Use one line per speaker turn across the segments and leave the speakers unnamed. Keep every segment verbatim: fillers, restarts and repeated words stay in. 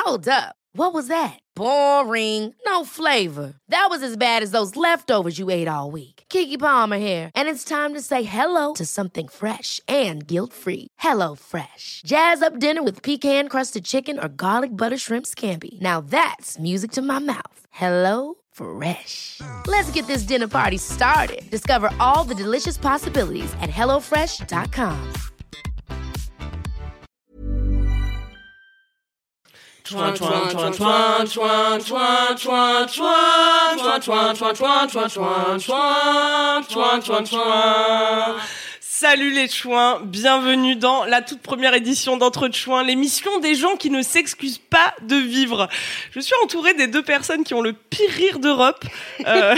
Hold up. What was that? Boring. No flavor. That was as bad as those leftovers you ate all week. Keke Palmer here, and it's time to say hello to something fresh and guilt-free. Hello Fresh. Jazz up dinner with pecan-crusted chicken or garlic butter shrimp scampi. Now that's music to my mouth. Hello Fresh. Let's get this dinner party started. Discover all the delicious possibilities at hello fresh dot com.
Chouin, chouin, chouin, chouin, chouin, chouin, chouin, chouin, chouin, chouin, chouin, chouin, chouin, chouin, chouin, chouin, chouin, chouin. Salut les chouins, bienvenue dans la toute première édition d'Entre Chouins, l'émission des gens qui ne s'excusent pas de vivre. Je suis entourée des deux personnes qui ont le pire rire d'Europe. Euh...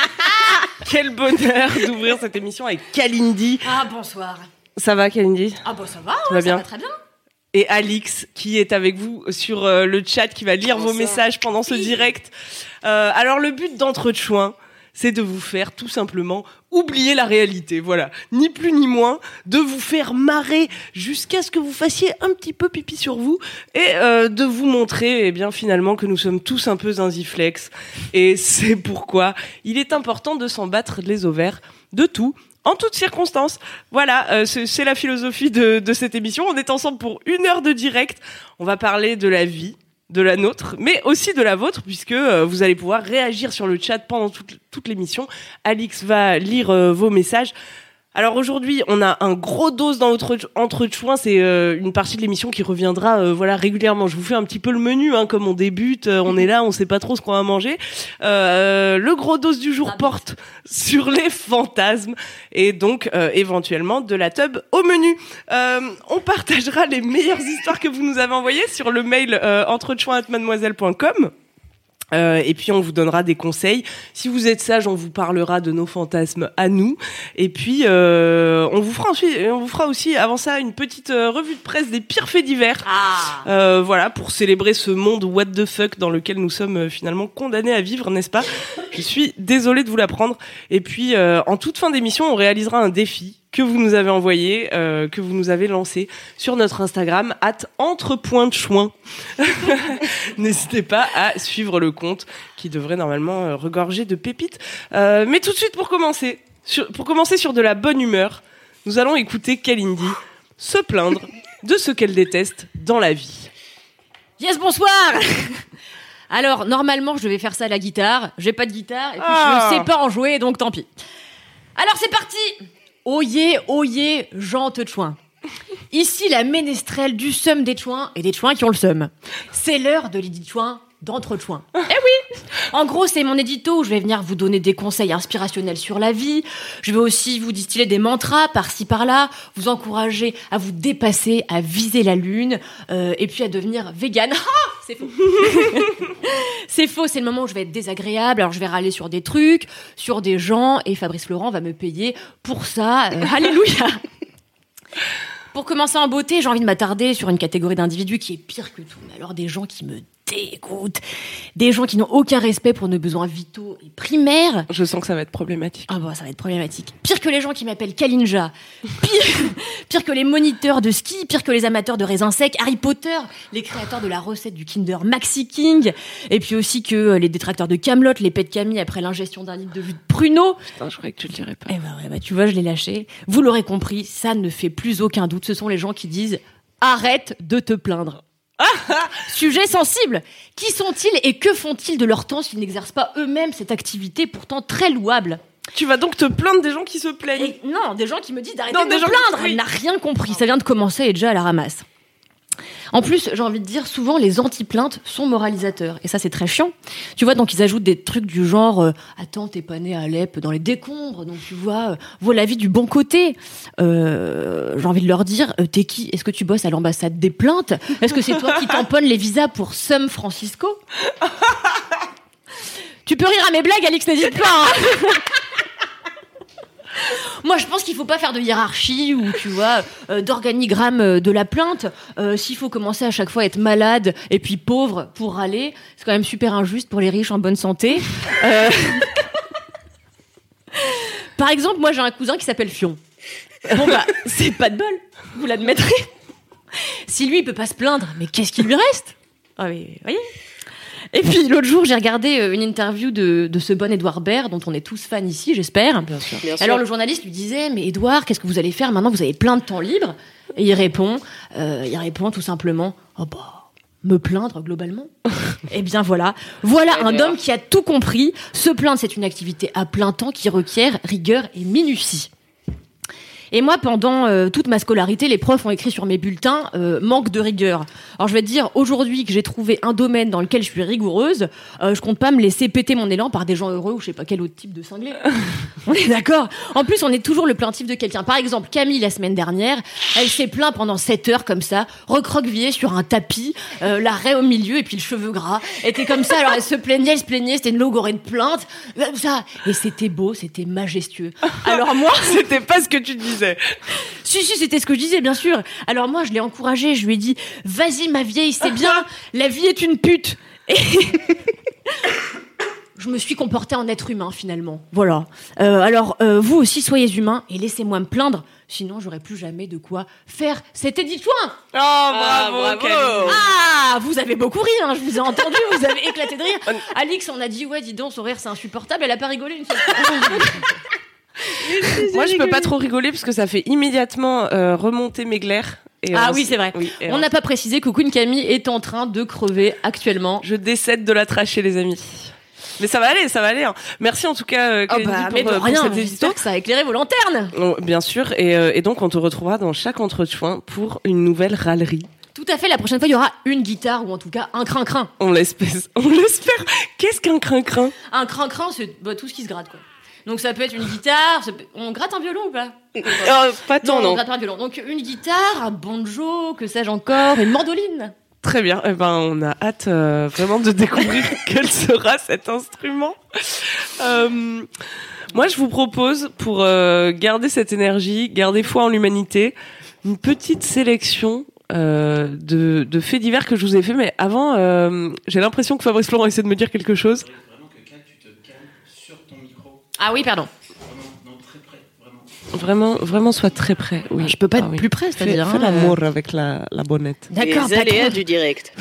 Quel bonheur d'ouvrir cette émission avec Kalindi.
Ah, bonsoir.
Ça va, Kalindi ?
Ah, bah ça va,
ça
ouais,
va bien.
Ça va très bien.
Et Alix, qui est avec vous sur euh, le chat, qui va lire Bonsoir. Vos messages pendant ce direct. Euh, alors, le but d'Entre Chouins, c'est de vous faire tout simplement oublier la réalité, voilà. Ni plus ni moins, de vous faire marrer jusqu'à ce que vous fassiez un petit peu pipi sur vous et euh, de vous montrer, eh bien, finalement, que nous sommes tous un peu zinziflex. Et c'est pourquoi il est important de s'en battre les ovaires de tout. En toutes circonstances. Voilà, euh, c'est, c'est la philosophie de, de cette émission. On est ensemble pour une heure de direct. On va parler de la vie, de la nôtre, mais aussi de la vôtre, puisque euh, vous allez pouvoir réagir sur le chat pendant toute, toute l'émission. Alix va lire euh, vos messages. Alors aujourd'hui, on a un gros dos dans notre Entre Chouins, c'est euh, une partie de l'émission qui reviendra euh, voilà régulièrement. Je vous fais un petit peu le menu, hein, comme on débute, euh, on est là, on sait pas trop ce qu'on va manger. Euh, le gros dos du jour porte sur les fantasmes et donc euh, éventuellement de la teub au menu. Euh, on partagera les meilleures histoires que vous nous avez envoyées sur le mail euh, entrechouins arobase mademoiselle point com. Euh, et puis on vous donnera des conseils. Si vous êtes sage, on vous parlera de nos fantasmes à nous. Et puis euh, on vous fera ensuite, on vous fera aussi avant ça une petite euh, revue de presse des pires faits divers.
Ah.
Euh, voilà, pour célébrer ce monde what the fuck dans lequel nous sommes euh, finalement condamnés à vivre, n'est-ce pas ? Je suis désolée de vous l'apprendre. Et puis euh, en toute fin d'émission, on réalisera un défi que vous nous avez envoyé, euh, que vous nous avez lancé sur notre Instagram, arobase entrepointdechouins. N'hésitez pas à suivre le compte qui devrait normalement euh, regorger de pépites. Euh, mais tout de suite, pour commencer, sur, pour commencer sur de la bonne humeur, nous allons écouter Kalindi se plaindre de ce qu'elle déteste dans la vie.
Yes, bonsoir. Alors, normalement, je devais faire ça à la guitare. J'ai pas de guitare, et puis
Ah.
je sais pas en jouer, donc tant pis. Alors, c'est parti. Oyez, oyez, gens de chouins. Ici, la ménestrelle du seum des chouins et des chouins qui ont le seum. C'est l'heure de l'édit chouin d'Entre Chouins. Eh oui. En gros, c'est mon édito où je vais venir vous donner des conseils inspirationnels sur la vie. Je vais aussi vous distiller des mantras par-ci par-là, vous encourager à vous dépasser, à viser la lune, euh, et puis à devenir vegan. Ah, c'est faux. C'est faux, c'est le moment où je vais être désagréable. Alors je vais râler sur des trucs, sur des gens, et Fabrice Florent va me payer pour ça. Euh, alléluia. Pour commencer en beauté, j'ai envie de m'attarder sur une catégorie d'individus qui est pire que tout. Mais alors des gens qui me dégoûtent, des gens qui n'ont aucun respect pour nos besoins vitaux et primaires.
Je sens que ça va être problématique.
Ah bah ça va être problématique. Pire que les gens qui m'appellent Kalinja, pire, pire que les moniteurs de ski, pire que les amateurs de raisins secs, Harry Potter, les créateurs de la recette du Kinder Maxi King, et puis aussi que les détracteurs de Kaamelott, les pets de Camille après l'ingestion d'un litre de jus de pruneau.
Putain, je croyais que tu le dirais pas.
Eh bah ouais, bah tu vois, je l'ai lâché. Vous l'aurez compris, ça ne fait plus aucun doute. Ce sont les gens qui disent « Arrête de te plaindre ». Sujet sensible. Qui sont-ils et que font-ils de leur temps s'ils n'exercent pas eux-mêmes cette activité pourtant très louable ?
Tu vas donc te plaindre des gens qui se plaignent.
Et non, des gens qui me disent d'arrêter
Non,
de
des
me
gens
plaindre.
qui-
Elle n'a rien compris. Ça vient de commencer et déjà à la ramasse. En plus, j'ai envie de dire, souvent, les anti-plaintes sont moralisateurs. Et ça, c'est très chiant. Tu vois, donc ils ajoutent des trucs du genre euh, « Attends, t'es pas né à Alep dans les décombres, donc tu vois, euh, vois la vie du bon côté. Euh, » J'ai envie de leur dire euh, « T'es qui ? Est-ce que tu bosses à l'ambassade des plaintes ? Est-ce que c'est toi qui tamponnes les visas pour San Francisco ?» Tu peux rire à mes blagues, Alix, n'hésite pas. Hein. Moi, je pense qu'il faut pas faire de hiérarchie ou, tu vois, euh, d'organigramme euh, de la plainte. Euh, s'il faut commencer à chaque fois à être malade et puis pauvre pour râler, c'est quand même super injuste pour les riches en bonne santé. Euh... Par exemple, moi, j'ai un cousin qui s'appelle Fion. Bon, bah, c'est pas de bol, vous l'admettrez. Si lui, il peut pas se plaindre, mais qu'est-ce qu'il lui reste ? Ah oui, voyez. Et puis l'autre jour, j'ai regardé une interview de, de ce bon Édouard Baird, dont on est tous fans ici, j'espère.
Bien sûr.
Bien sûr.
Alors le journaliste lui disait, mais Édouard, qu'est-ce que vous allez faire maintenant? Vous avez plein de temps libre. Et il répond, euh, il répond tout simplement, oh bah, me plaindre globalement. Eh bien voilà, voilà
Ouais,
un
d'ailleurs.
homme qui a tout compris. Se plaindre, c'est une activité à plein temps qui requiert rigueur et minutie. Et moi, pendant euh, toute ma scolarité, les profs ont écrit sur mes bulletins euh, manque de rigueur. Alors je vais te dire, aujourd'hui que j'ai trouvé un domaine dans lequel je suis rigoureuse, euh, je compte pas me laisser péter mon élan par des gens heureux ou je sais pas quel autre type de cinglé. On est d'accord. En plus, on est toujours le plaintif de quelqu'un. Par exemple, Camille, la semaine dernière, elle s'est plainte pendant sept heures comme ça, recroquevillée sur un tapis, euh, la raie au milieu et puis le cheveu gras. Elle était comme ça, alors elle se plaignait, elle se plaignait, c'était une logorée de plainte, comme ça. Et c'était beau, c'était majestueux. Alors moi...
C'était pas ce que tu disais.
Si, si, c'était ce que je disais, bien sûr. Alors moi, je l'ai encouragée, je lui ai dit « Vas-y, ma vieille, c'est bien, la vie est une pute !» Et je me suis comportée en être humain, finalement. Voilà. Euh, alors, euh, vous aussi, soyez humains et laissez-moi me plaindre, sinon j'aurai plus jamais de quoi faire cet édit-point.
Oh, bravo,
bravo.
Camille.
Ah, vous avez beaucoup ri, hein, je vous ai entendu, vous avez éclaté de rire. Alix, on a dit « Ouais, dis donc, son rire, c'est insupportable. » Elle a pas rigolé une seule fois.
Moi, je peux pas trop rigoler parce que ça fait immédiatement euh, remonter mes glaires. Et
Ah
on
oui,
s-
c'est vrai.
oui, et
On
on-
n'a pas précisé que Queen Camille est en train de crever actuellement.
Je décède de la trachée, les amis. Mais ça va aller, ça va aller. hein. Merci en tout cas, euh,
Oh
Kalindi,
bah,
pour,
mais de
euh, pour
rien,
cet édito.
j'espère que ça a éclairé vos lanternes.
Oh, bien sûr, et, euh, et donc on te retrouvera dans chaque entretien pour une nouvelle râlerie.
Tout à fait, la prochaine fois, il y aura une guitare ou en tout cas un crin-crin.
On l'espère. On l'espère. Qu'est-ce qu'un crin-crin?
Un crin-crin, c'est bah, tout ce qui se gratte, quoi. Donc ça peut être une guitare, ça peut- on gratte un violon ou pas?
Euh, pas tant,
on
non.
gratte pas un violon. Donc une guitare, un banjo, que sais-je encore, une mandoline.
Très bien. Eh ben, on a hâte euh, vraiment de découvrir quel sera cet instrument. Euh, moi, je vous propose, pour euh, garder cette énergie, garder foi en l'humanité, une petite sélection euh, de, de faits divers que je vous ai fait. Mais avant, euh, j'ai l'impression que Fabrice Florent essaie de me dire quelque chose.
Vraiment que Kat, tu te calmes sur ton micro.
Ah oui, pardon.
Vraiment, non, très près, vraiment.
Vraiment, vraiment, sois très près. Oui.
Je peux pas
Ah
être
oui.
plus près,
Fais,
c'est-à-dire.
fais
hein,
l'amour avec la, la bonnette.
D'accord,
Les aléas
patron.
du direct.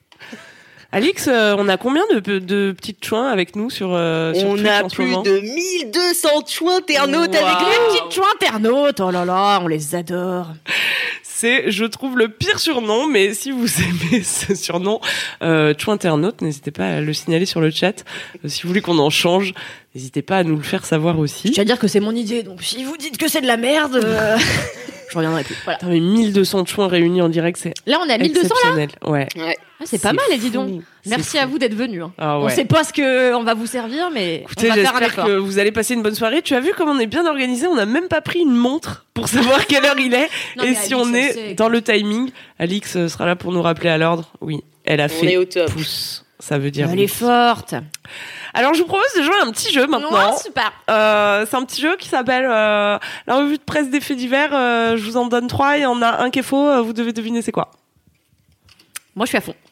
Alix, euh, on a combien de, de petites chouins avec nous sur, euh, sur
On
Twitch
a
en ce
plus
moment
de mille deux cents chouins internautes
Wow.
avec
Les
nous.
petites chouins internautes, oh là là, on les adore.
C'est, je trouve, le pire surnom, mais si vous aimez ce surnom, euh, chouin internaute, n'hésitez pas à le signaler sur le chat. Euh, si vous voulez qu'on en change, n'hésitez pas à nous le faire savoir
Je
aussi.
tiens à dire que c'est mon idée, donc si vous dites que c'est de la merde, euh, je reviendrai plus. Voilà.
Putain, mais mille deux cents chouins réunis en direct, c'est
Là, on est à mille deux cents là.
exceptionnel. Ouais.
Ouais.
Ah, c'est pas
C'est
mal, et dis
fou.
donc.
C'est
Merci
fou.
à vous d'être venus. Hein.
Ah
On
ouais.
sait pas ce que on va vous servir, mais
Écoutez,
on va faire un
j'espère
effort.
que vous allez passer une bonne soirée. Tu as vu comme on est bien organisé, on n'a même pas pris une montre pour savoir quelle heure il est.
Non,
et
mais
si
Alix,
on
elle
est
sait.
dans le timing, Alix euh, sera là pour nous rappeler à l'ordre. Oui, elle a
On
fait
est au top.
pouce. Ça veut dire
Elle
oui.
est forte.
Alors, je vous propose de jouer à un petit jeu maintenant.
Ouais, super.
Euh, c'est un petit jeu qui s'appelle euh, la revue de presse des faits divers. Euh, je vous en donne trois. Il y en a un qui est faux. euh, Vous devez deviner c'est quoi.
Moi, je suis à fond.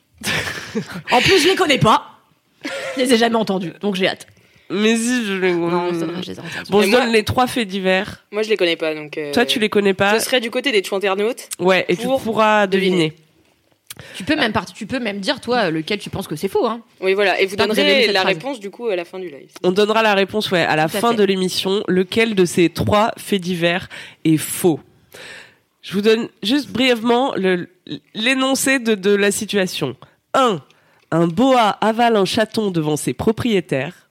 En plus, je les connais pas. Je les ai jamais entendus, donc j'ai hâte.
Mais si, je les...
Non, c'est vrai, je les ai entendus.
Bon,
Mais
je
moi-
donne les trois faits divers.
Moi, je les connais pas, donc. euh,
Toi, tu les connais pas.
Je serais du côté des chouins internautes.
Ouais, et tu
pour
pourras deviner.
deviner.
Tu peux même part- tu peux même dire toi lequel tu penses que c'est faux. Hein.
Oui, voilà. Et vous
J'espère que vous avez aimé
donnerez
cette
la
phrase.
réponse, du coup, à la fin du live.
On donnera la réponse ouais, à la
Tout à
fin
fait.
de l'émission. Lequel de ces trois faits divers est faux? Je vous donne juste brièvement le- l'énoncé de, de la situation. un. Un boa avale un chaton devant ses propriétaires.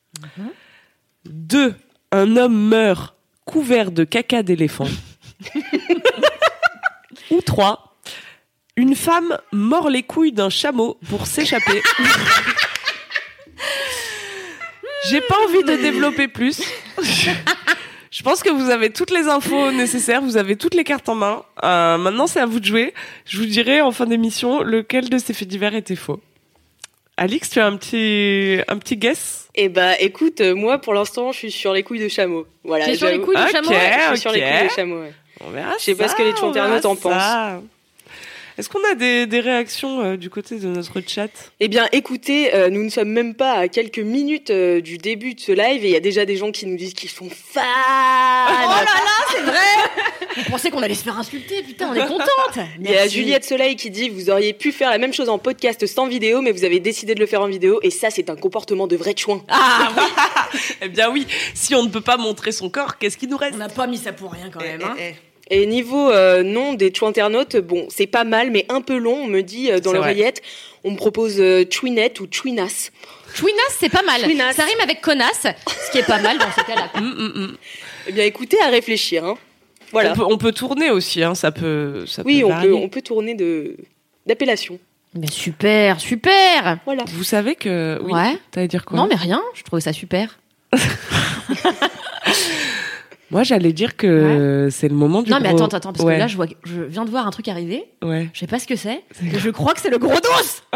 deux. Un homme meurt couvert de caca d'éléphant. Ou trois. Une femme mord les couilles d'un chameau pour s'échapper. J'ai pas envie de développer plus. Je pense que vous avez toutes les infos nécessaires, vous avez toutes les cartes en main. Euh, maintenant, c'est à vous de jouer. Je vous dirai en fin d'émission lequel de ces faits divers était faux. Alix, tu as un petit, un petit guess?
Eh bah, écoute, euh, moi, pour l'instant, je suis sur les couilles de chameau. Voilà.
T'es sur les
j'avoue.
couilles de
Ok.
chameau.
Ouais, je suis sur les
ok.
couilles de chameau, ouais.
On verra
Je sais pas
ça,
ce que les
on
internautes
verra
en pensent.
ça. Est-ce qu'on a des, des réactions euh, du côté de notre chat?
Eh bien, écoutez, euh, nous ne sommes même pas à quelques minutes euh, du début de ce live et il y a déjà des gens qui nous disent qu'ils sont fans.
Oh là là, c'est vrai. On pensait qu'on allait se faire insulter, putain, on est contente.
Il y a Juliette Soleil qui dit « Vous auriez pu faire la même chose en podcast sans vidéo, mais vous avez décidé de le faire en vidéo et ça, c'est un comportement de vrai chouin. »
Ah oui.
Eh bien oui, si on ne peut pas montrer son corps, qu'est-ce qui nous reste?
On n'a pas mis ça pour rien quand même. Hein.
Eh, eh, eh.
Et niveau euh, nom des chouinternautes, bon, c'est pas mal, mais un peu long. On me dit euh, dans
C'est
l'oreillette, on me propose euh, chouinette ou chouinasse.
Chouinasse, c'est pas mal.
Chouinasse.
Ça rime avec connasse, ce qui est pas mal dans ce cas-là.
Hum, hum, hum.
Eh bien, écoutez, à réfléchir. Hein. Voilà.
On, peut, on peut tourner aussi, hein, ça peut. Ça
Oui,
peut
on
varier.
peut, on peut tourner de d'appellation.
Mais super, super.
Voilà.
Vous savez que. Oui,
Ouais.
T'allais dire quoi?
Non, mais rien, je trouvais ça super.
Moi, j'allais dire que c'est le moment du
Non, mais
gros-
attends, attends, parce
Ouais,
que là, je, vois, je viens de voir un truc arriver.
ouais.
Je sais pas ce que c'est. Mais je crois que c'est le gros dos.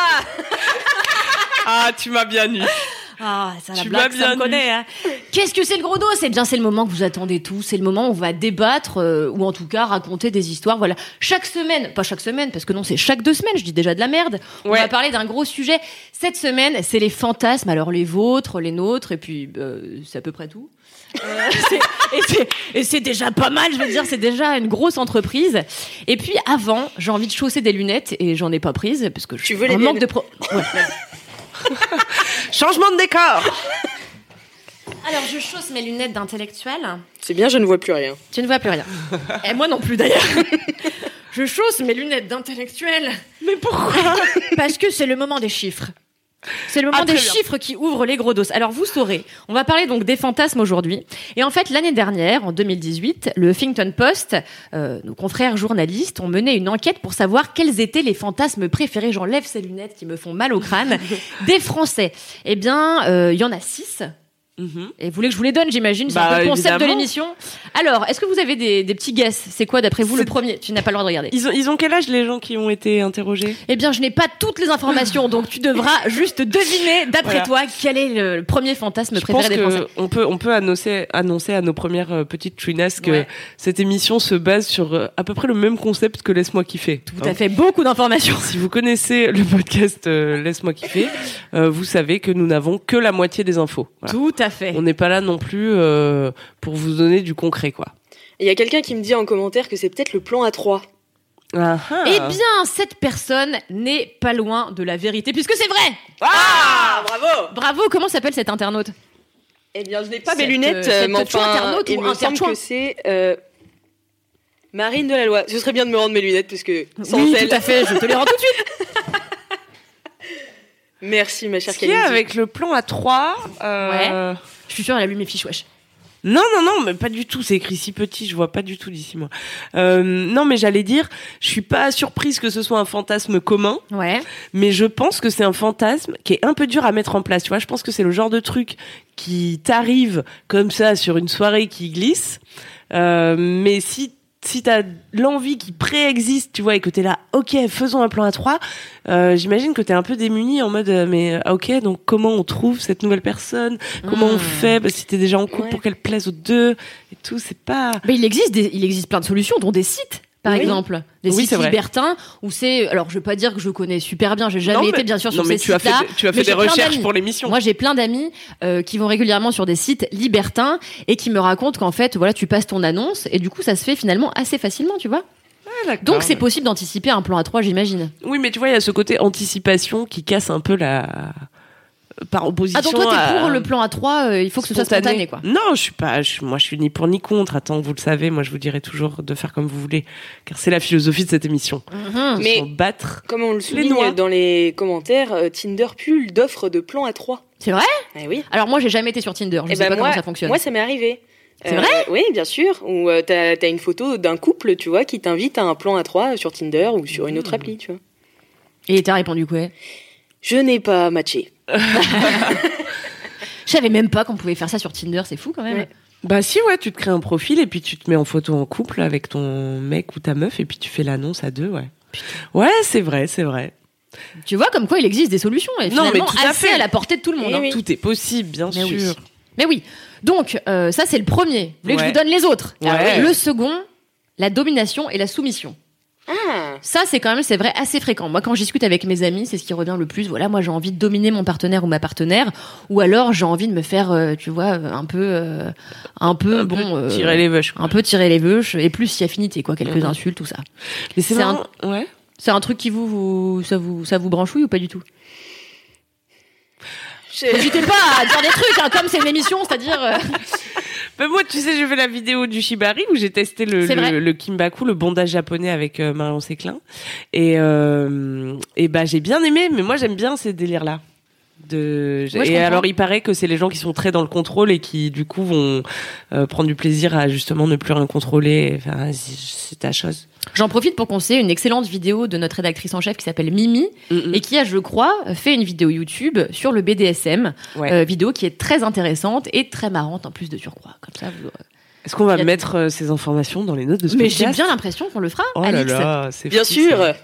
Ah, tu m'as bien eu.
Ah, ça la
Tu
blague,
m'as
ça
bien
me connaît. Hein. Qu'est-ce que c'est le gros dos? Eh bien, c'est le moment que vous attendez tous. C'est le moment où on va débattre, euh, ou en tout cas raconter des histoires. Voilà, chaque semaine, pas chaque semaine, parce que non, c'est chaque deux semaines. Je dis déjà de la merde. On
Ouais.
va parler d'un gros sujet. Cette semaine, c'est les fantasmes. Alors les vôtres, les nôtres, et puis euh, c'est à peu près tout. Euh, c'est- et, c'est, et c'est déjà pas mal, je veux dire, c'est déjà une grosse entreprise. Et puis avant, j'ai envie de chausser des lunettes et j'en ai pas prise parce que je
Tu veux les
un manque
miennes
de pro. Ouais.
Changement de décor.
Alors je chausse mes lunettes d'intellectuel.
C'est bien, je ne vois plus rien.
Tu ne vois plus rien. Et moi non plus d'ailleurs. Je chausse mes lunettes d'intellectuel.
Mais pourquoi?
Parce que c'est le moment des chiffres. C'est le moment
Ah,
des
très bien.
chiffres qui ouvrent les gros dos. Alors vous saurez, on va parler donc des fantasmes aujourd'hui. Et en fait, l'année dernière, en deux mille dix-huit, le Huffington Post, euh, nos confrères journalistes, ont mené une enquête pour savoir quels étaient les fantasmes préférés, j'enlève ces lunettes qui me font mal au crâne, des Français. Eh bien, euh, il y en a six.
Mhm.
Et vous voulez que je vous les donne, j'imagine, c'est
Bah,
un peu le concept
évidemment.
de l'émission. Alors, est-ce que vous avez des, des petits guesses? C'est quoi, d'après vous, le
C'est-
premier? Tu n'as pas le droit de regarder.
Ils ont, ils ont quel âge les gens qui ont été interrogés?
Eh bien, je n'ai pas toutes les informations, donc tu devras juste deviner, d'après
Voilà.
toi, quel est le, le premier fantasme
Je pense
préféré des Français.
qu'on peut, on peut annoncer, annoncer à nos premières euh, petites chouinasses que
Ouais.
cette émission se base sur euh, à peu près le même concept que Laisse-moi kiffer.
Tout à fait, beaucoup d'informations.
Si vous connaissez le podcast euh, Laisse-moi kiffer, euh, vous savez que nous n'avons que la moitié des infos. Voilà.
Tout à fait.
On n'est pas là non plus euh, pour vous donner du concret, quoi.
Il y a quelqu'un qui me dit en commentaire que c'est peut-être le plan A trois.
Ah, ah.
Eh bien, cette personne n'est pas loin de la vérité, puisque c'est vrai.
Ah, bravo.
Bravo, comment s'appelle cet internaute?
Eh bien, je n'ai pas
Cette,
mes lunettes,
euh,
euh,
cette
mais enfin,
chouinternaute
il
ou
me semble
interchouin.
que c'est euh, Marine Delalloy. Ce serait bien de me rendre mes lunettes parce que sans
Oui,
elle.
tout à fait, je te les rends tout de suite.
Merci, ma chère
Ce qu'il y a
Kalindi.
avec le plan à trois. Euh...
Je suis sûre, elle a lu mes fiches, wesh.
Non, non, non, mais pas du tout. C'est écrit si petit, je vois pas du tout d'ici moi. Euh, non, mais j'allais dire, je suis pas surprise que ce soit un fantasme commun,
Ouais.
mais je pense que c'est un fantasme qui est un peu dur à mettre en place. Tu vois, je pense que c'est le genre de truc qui t'arrive comme ça sur une soirée qui glisse. Euh, mais si si t'as l'envie qui préexiste, tu vois, et que t'es là, ok, faisons un plan à trois, euh, j'imagine que t'es un peu démuni en mode, euh, mais euh, ok, donc comment on trouve cette nouvelle personne, comment
Hmm.
on fait, bah, si t'es déjà en couple
Ouais.
pour qu'elle plaise aux deux et tout, c'est pas.
Mais il existe, des, il existe plein de solutions, dont des sites, par
Oui.
exemple. Des
Oui,
sites
c'est vrai.
libertins, où c'est... Alors, je vais pas dire que je connais super bien, j'ai jamais
Non,
été,
mais-
bien sûr, sur
non, mais
ces
tu as fait,
sites-là.
des- tu as
mais
fait
j'ai
des
plein
recherches
d'amis.
pour l'émission.
Moi, j'ai plein d'amis euh, qui vont régulièrement sur des sites libertins et qui me racontent qu'en fait, voilà, tu passes ton annonce et du coup, ça se fait finalement assez facilement, tu vois.
Ah, d'accord.
Donc, c'est possible d'anticiper un plan à trois, j'imagine.
Oui, mais tu vois, il y a ce côté anticipation qui casse un peu la. Par opposition.
Ah, donc toi, t'es
à-
pour le plan à trois, euh, il faut que ce soit spontané, quoi.
Non, je suis pas. je- moi, je suis ni pour ni contre. Attends, vous le savez, moi, je vous dirai toujours de faire comme vous voulez, car c'est la philosophie de cette émission.
Mhm.
De
Mais-
s'en battre.
Comme on le
noix.
souligne dans les commentaires, euh, Tinder pull d'offres de plan A trois.
C'est vrai?
Eh oui.
Alors, moi, j'ai jamais été sur Tinder, je
Eh
sais
ben
pas
moi,
comment ça fonctionne.
moi, ça m'est arrivé.
C'est vrai
Oui, bien sûr. Où euh, t'as as une photo d'un couple, tu vois, qui t'invite à un plan à trois sur Tinder ou sur une autre appli, tu vois.
Et t'as répondu quoi?
Je n'ai pas matché.
Je savais même pas qu'on pouvait faire ça sur Tinder, c'est fou quand même.
Ouais.
Bah si, ouais, tu te crées un profil et puis tu te mets en photo en couple avec ton mec ou ta meuf et puis tu fais l'annonce à deux, ouais. Ouais, c'est vrai, c'est vrai.
Tu vois comme quoi il existe des solutions et
Non, mais
finalement
tout à
assez
fait.
à la portée de tout le monde.
Eh
hein.
oui.
Tout est possible, bien
Mais oui.
sûr.
Mais oui. Donc euh, ça c'est le premier. Vous voulez que je
Ouais.
vous donne les autres?
Ouais.
Le second, la domination et la soumission.
Ah,
Ça, c'est quand même, c'est vrai, assez fréquent. Moi, quand je discute avec mes amis, c'est ce qui revient le plus. Voilà, moi, j'ai envie de dominer mon partenaire ou ma partenaire, ou alors j'ai envie de me faire, euh, tu vois, un peu, euh, un peu,
Un
bon,
peu
euh,
tirer les veuches, quoi.
un peu tirer les veuches, et plus si affinité, quoi, quelques
Mhm.
insultes, tout ça.
Mais c'est
C'est
marrant. Ouais.
C'est un truc qui vous, vous, ça vous, ça vous branchouille ou pas du tout?
Je-
N'hésitez pas à dire des trucs, hein, comme c'est une émission, c'est-à-dire. euh,
Ben moi, tu sais, j'ai fait la vidéo du Shibari où j'ai testé le,
C'est vrai.
le, le Kimbaku, le bondage japonais avec euh, Marion Séclin. Et, euh, et bah, j'ai bien aimé, mais moi, j'aime bien ces délires-là. De...
Ouais, je
et
comprends.
alors, il paraît que c'est les gens qui sont très dans le contrôle et qui, du coup, vont euh, prendre du plaisir à justement ne plus rien contrôler. Enfin, c'est, c'est ta chose.
J'en profite pour conseiller une excellente vidéo de notre rédactrice en chef qui s'appelle Mimi
Mm-mm.
et qui a, je crois, fait une vidéo YouTube sur le B D S M.
Ouais.
Euh, vidéo qui est très intéressante et très marrante en plus de surcroît. Comme ça, vous...
Est-ce qu'on va
il y a-
mettre euh, ces informations dans les notes de ce
Mais j'ai
podcast
bien l'impression qu'on le fera,
Oh là
Alix.
là, c'est
Bien
fou,
sûr.
ça.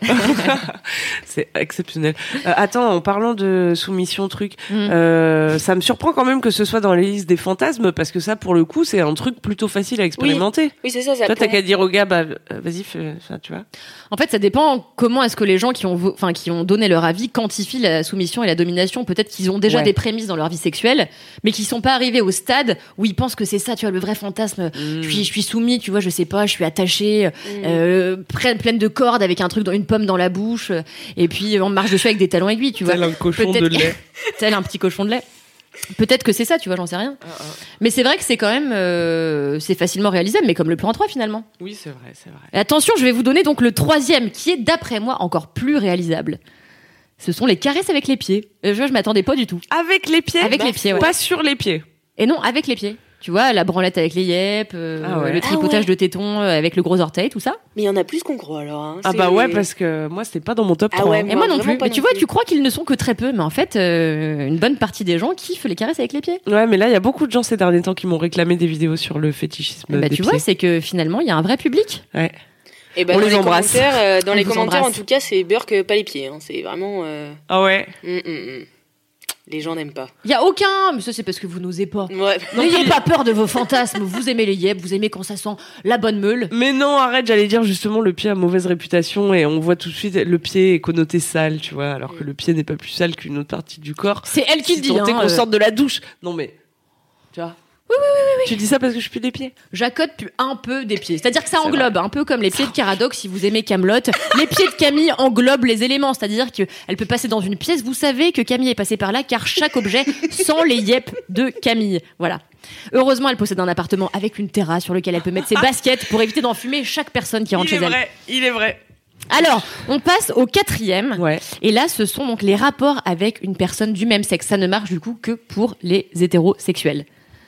C'est exceptionnel. Euh, attends, en parlant de soumission, truc,
Mm.
euh, ça me surprend quand même que ce soit dans les listes des fantasmes parce que ça, pour le coup, c'est un truc plutôt facile à expérimenter.
Oui, c'est ça. ça
Toi, t'as
pour-
qu'à dire au gars, bah, euh, vas-y, fais ça, tu vois.
En fait, ça dépend comment est-ce que les gens qui ont, vo- enfin, qui ont donné leur avis quantifient la soumission et la domination. Peut-être qu'ils ont déjà
Ouais.
des prémices dans leur vie sexuelle, mais qui sont pas arrivés au stade où ils pensent que c'est ça, tu vois, le vrai fantasme.
Mm.
Je suis, je suis soumis, tu vois, je sais pas, je suis attachée,
Mm.
euh, pleine, pleine de cordes avec un truc dans une pomme dans la bouche, euh, et puis on marche dessus avec des talons aiguilles, tu vois.
Tel un cochon de
Peut-être-
lait.
Tel un petit cochon de lait. Peut-être que c'est ça, tu vois, j'en sais rien. Mais c'est vrai que c'est quand même, euh, c'est facilement réalisable, mais comme le plan trois finalement.
Oui, c'est vrai, c'est vrai.
Et attention, je vais vous donner donc le troisième, qui est d'après moi encore plus réalisable. Ce sont les caresses avec les pieds. Euh, Je, je m'attendais pas du tout.
Avec les pieds.
Avec
bah,
les pieds, ouais.
Pas sur les pieds.
Et non, avec les pieds. Tu vois, la branlette avec les yep, euh,
Ah ouais.
le tripotage
Ah ouais.
de tétons euh, avec le gros orteil, tout ça.
Mais il y en a plus qu'on croit alors. Hein.
Ah
C'est-
bah ouais, parce que moi, c'était pas dans mon top
Ah
trois.
ouais,
hein.
Et moi non
vraiment
plus.
pas
Mais tu
non
vois,
plus.
tu crois qu'ils ne sont que très peu, mais en fait, euh, une bonne partie des gens kiffent les caresses avec les pieds.
Ouais, mais là, il y a beaucoup de gens ces derniers temps qui m'ont réclamé des vidéos sur le fétichisme
Et bah,
des
tu vois,
pieds.
c'est que finalement, il y a un vrai public.
Ouais.
Et bah,
On
dans
les
les
embrasse.
commentaires, euh, dans
On
les
vous
commentaires,
embrasse.
en tout cas, c'est Burk, pas les pieds. Hein. C'est vraiment. euh,
Ah ouais.
hum, hum, hum. Les gens n'aiment pas.
Il y a aucun, mais ça c'est parce que vous n'osez pas.
Ouais.
N'ayez pas peur de vos fantasmes. Vous aimez les yep, vous aimez quand ça sent la bonne meule.
Mais non, arrête, j'allais dire justement le pied a mauvaise réputation et on voit tout de suite le pied est connoté sale, tu vois, alors que le pied n'est pas plus sale qu'une autre partie du corps.
C'est elle qui
Si
le dit.
tant est
Hein,
qu'on
euh,
sorte de la douche. Non mais, tu vois. Oui, oui, oui, oui. Tu dis ça parce que je pue des pieds.
J'accote pu- un peu des pieds. C'est-à-dire que ça englobe, un peu comme les pieds de Caradoc, si vous aimez Camelot. Les pieds de Camille englobent les éléments. C'est-à-dire qu'elle peut passer dans une pièce. Vous savez que Camille est passée par là, car chaque objet sent les yep de Camille. Voilà. Heureusement, elle possède un appartement avec une terrasse sur lequel elle peut mettre ses baskets pour éviter d'enfumer chaque personne qui rentre
Il
chez
est
elle.
vrai, il est vrai.
Alors, on passe au quatrième.
Ouais.
Et là, ce sont donc les rapports avec une personne du même sexe. Ça ne marche du coup que pour les hétérosexuels.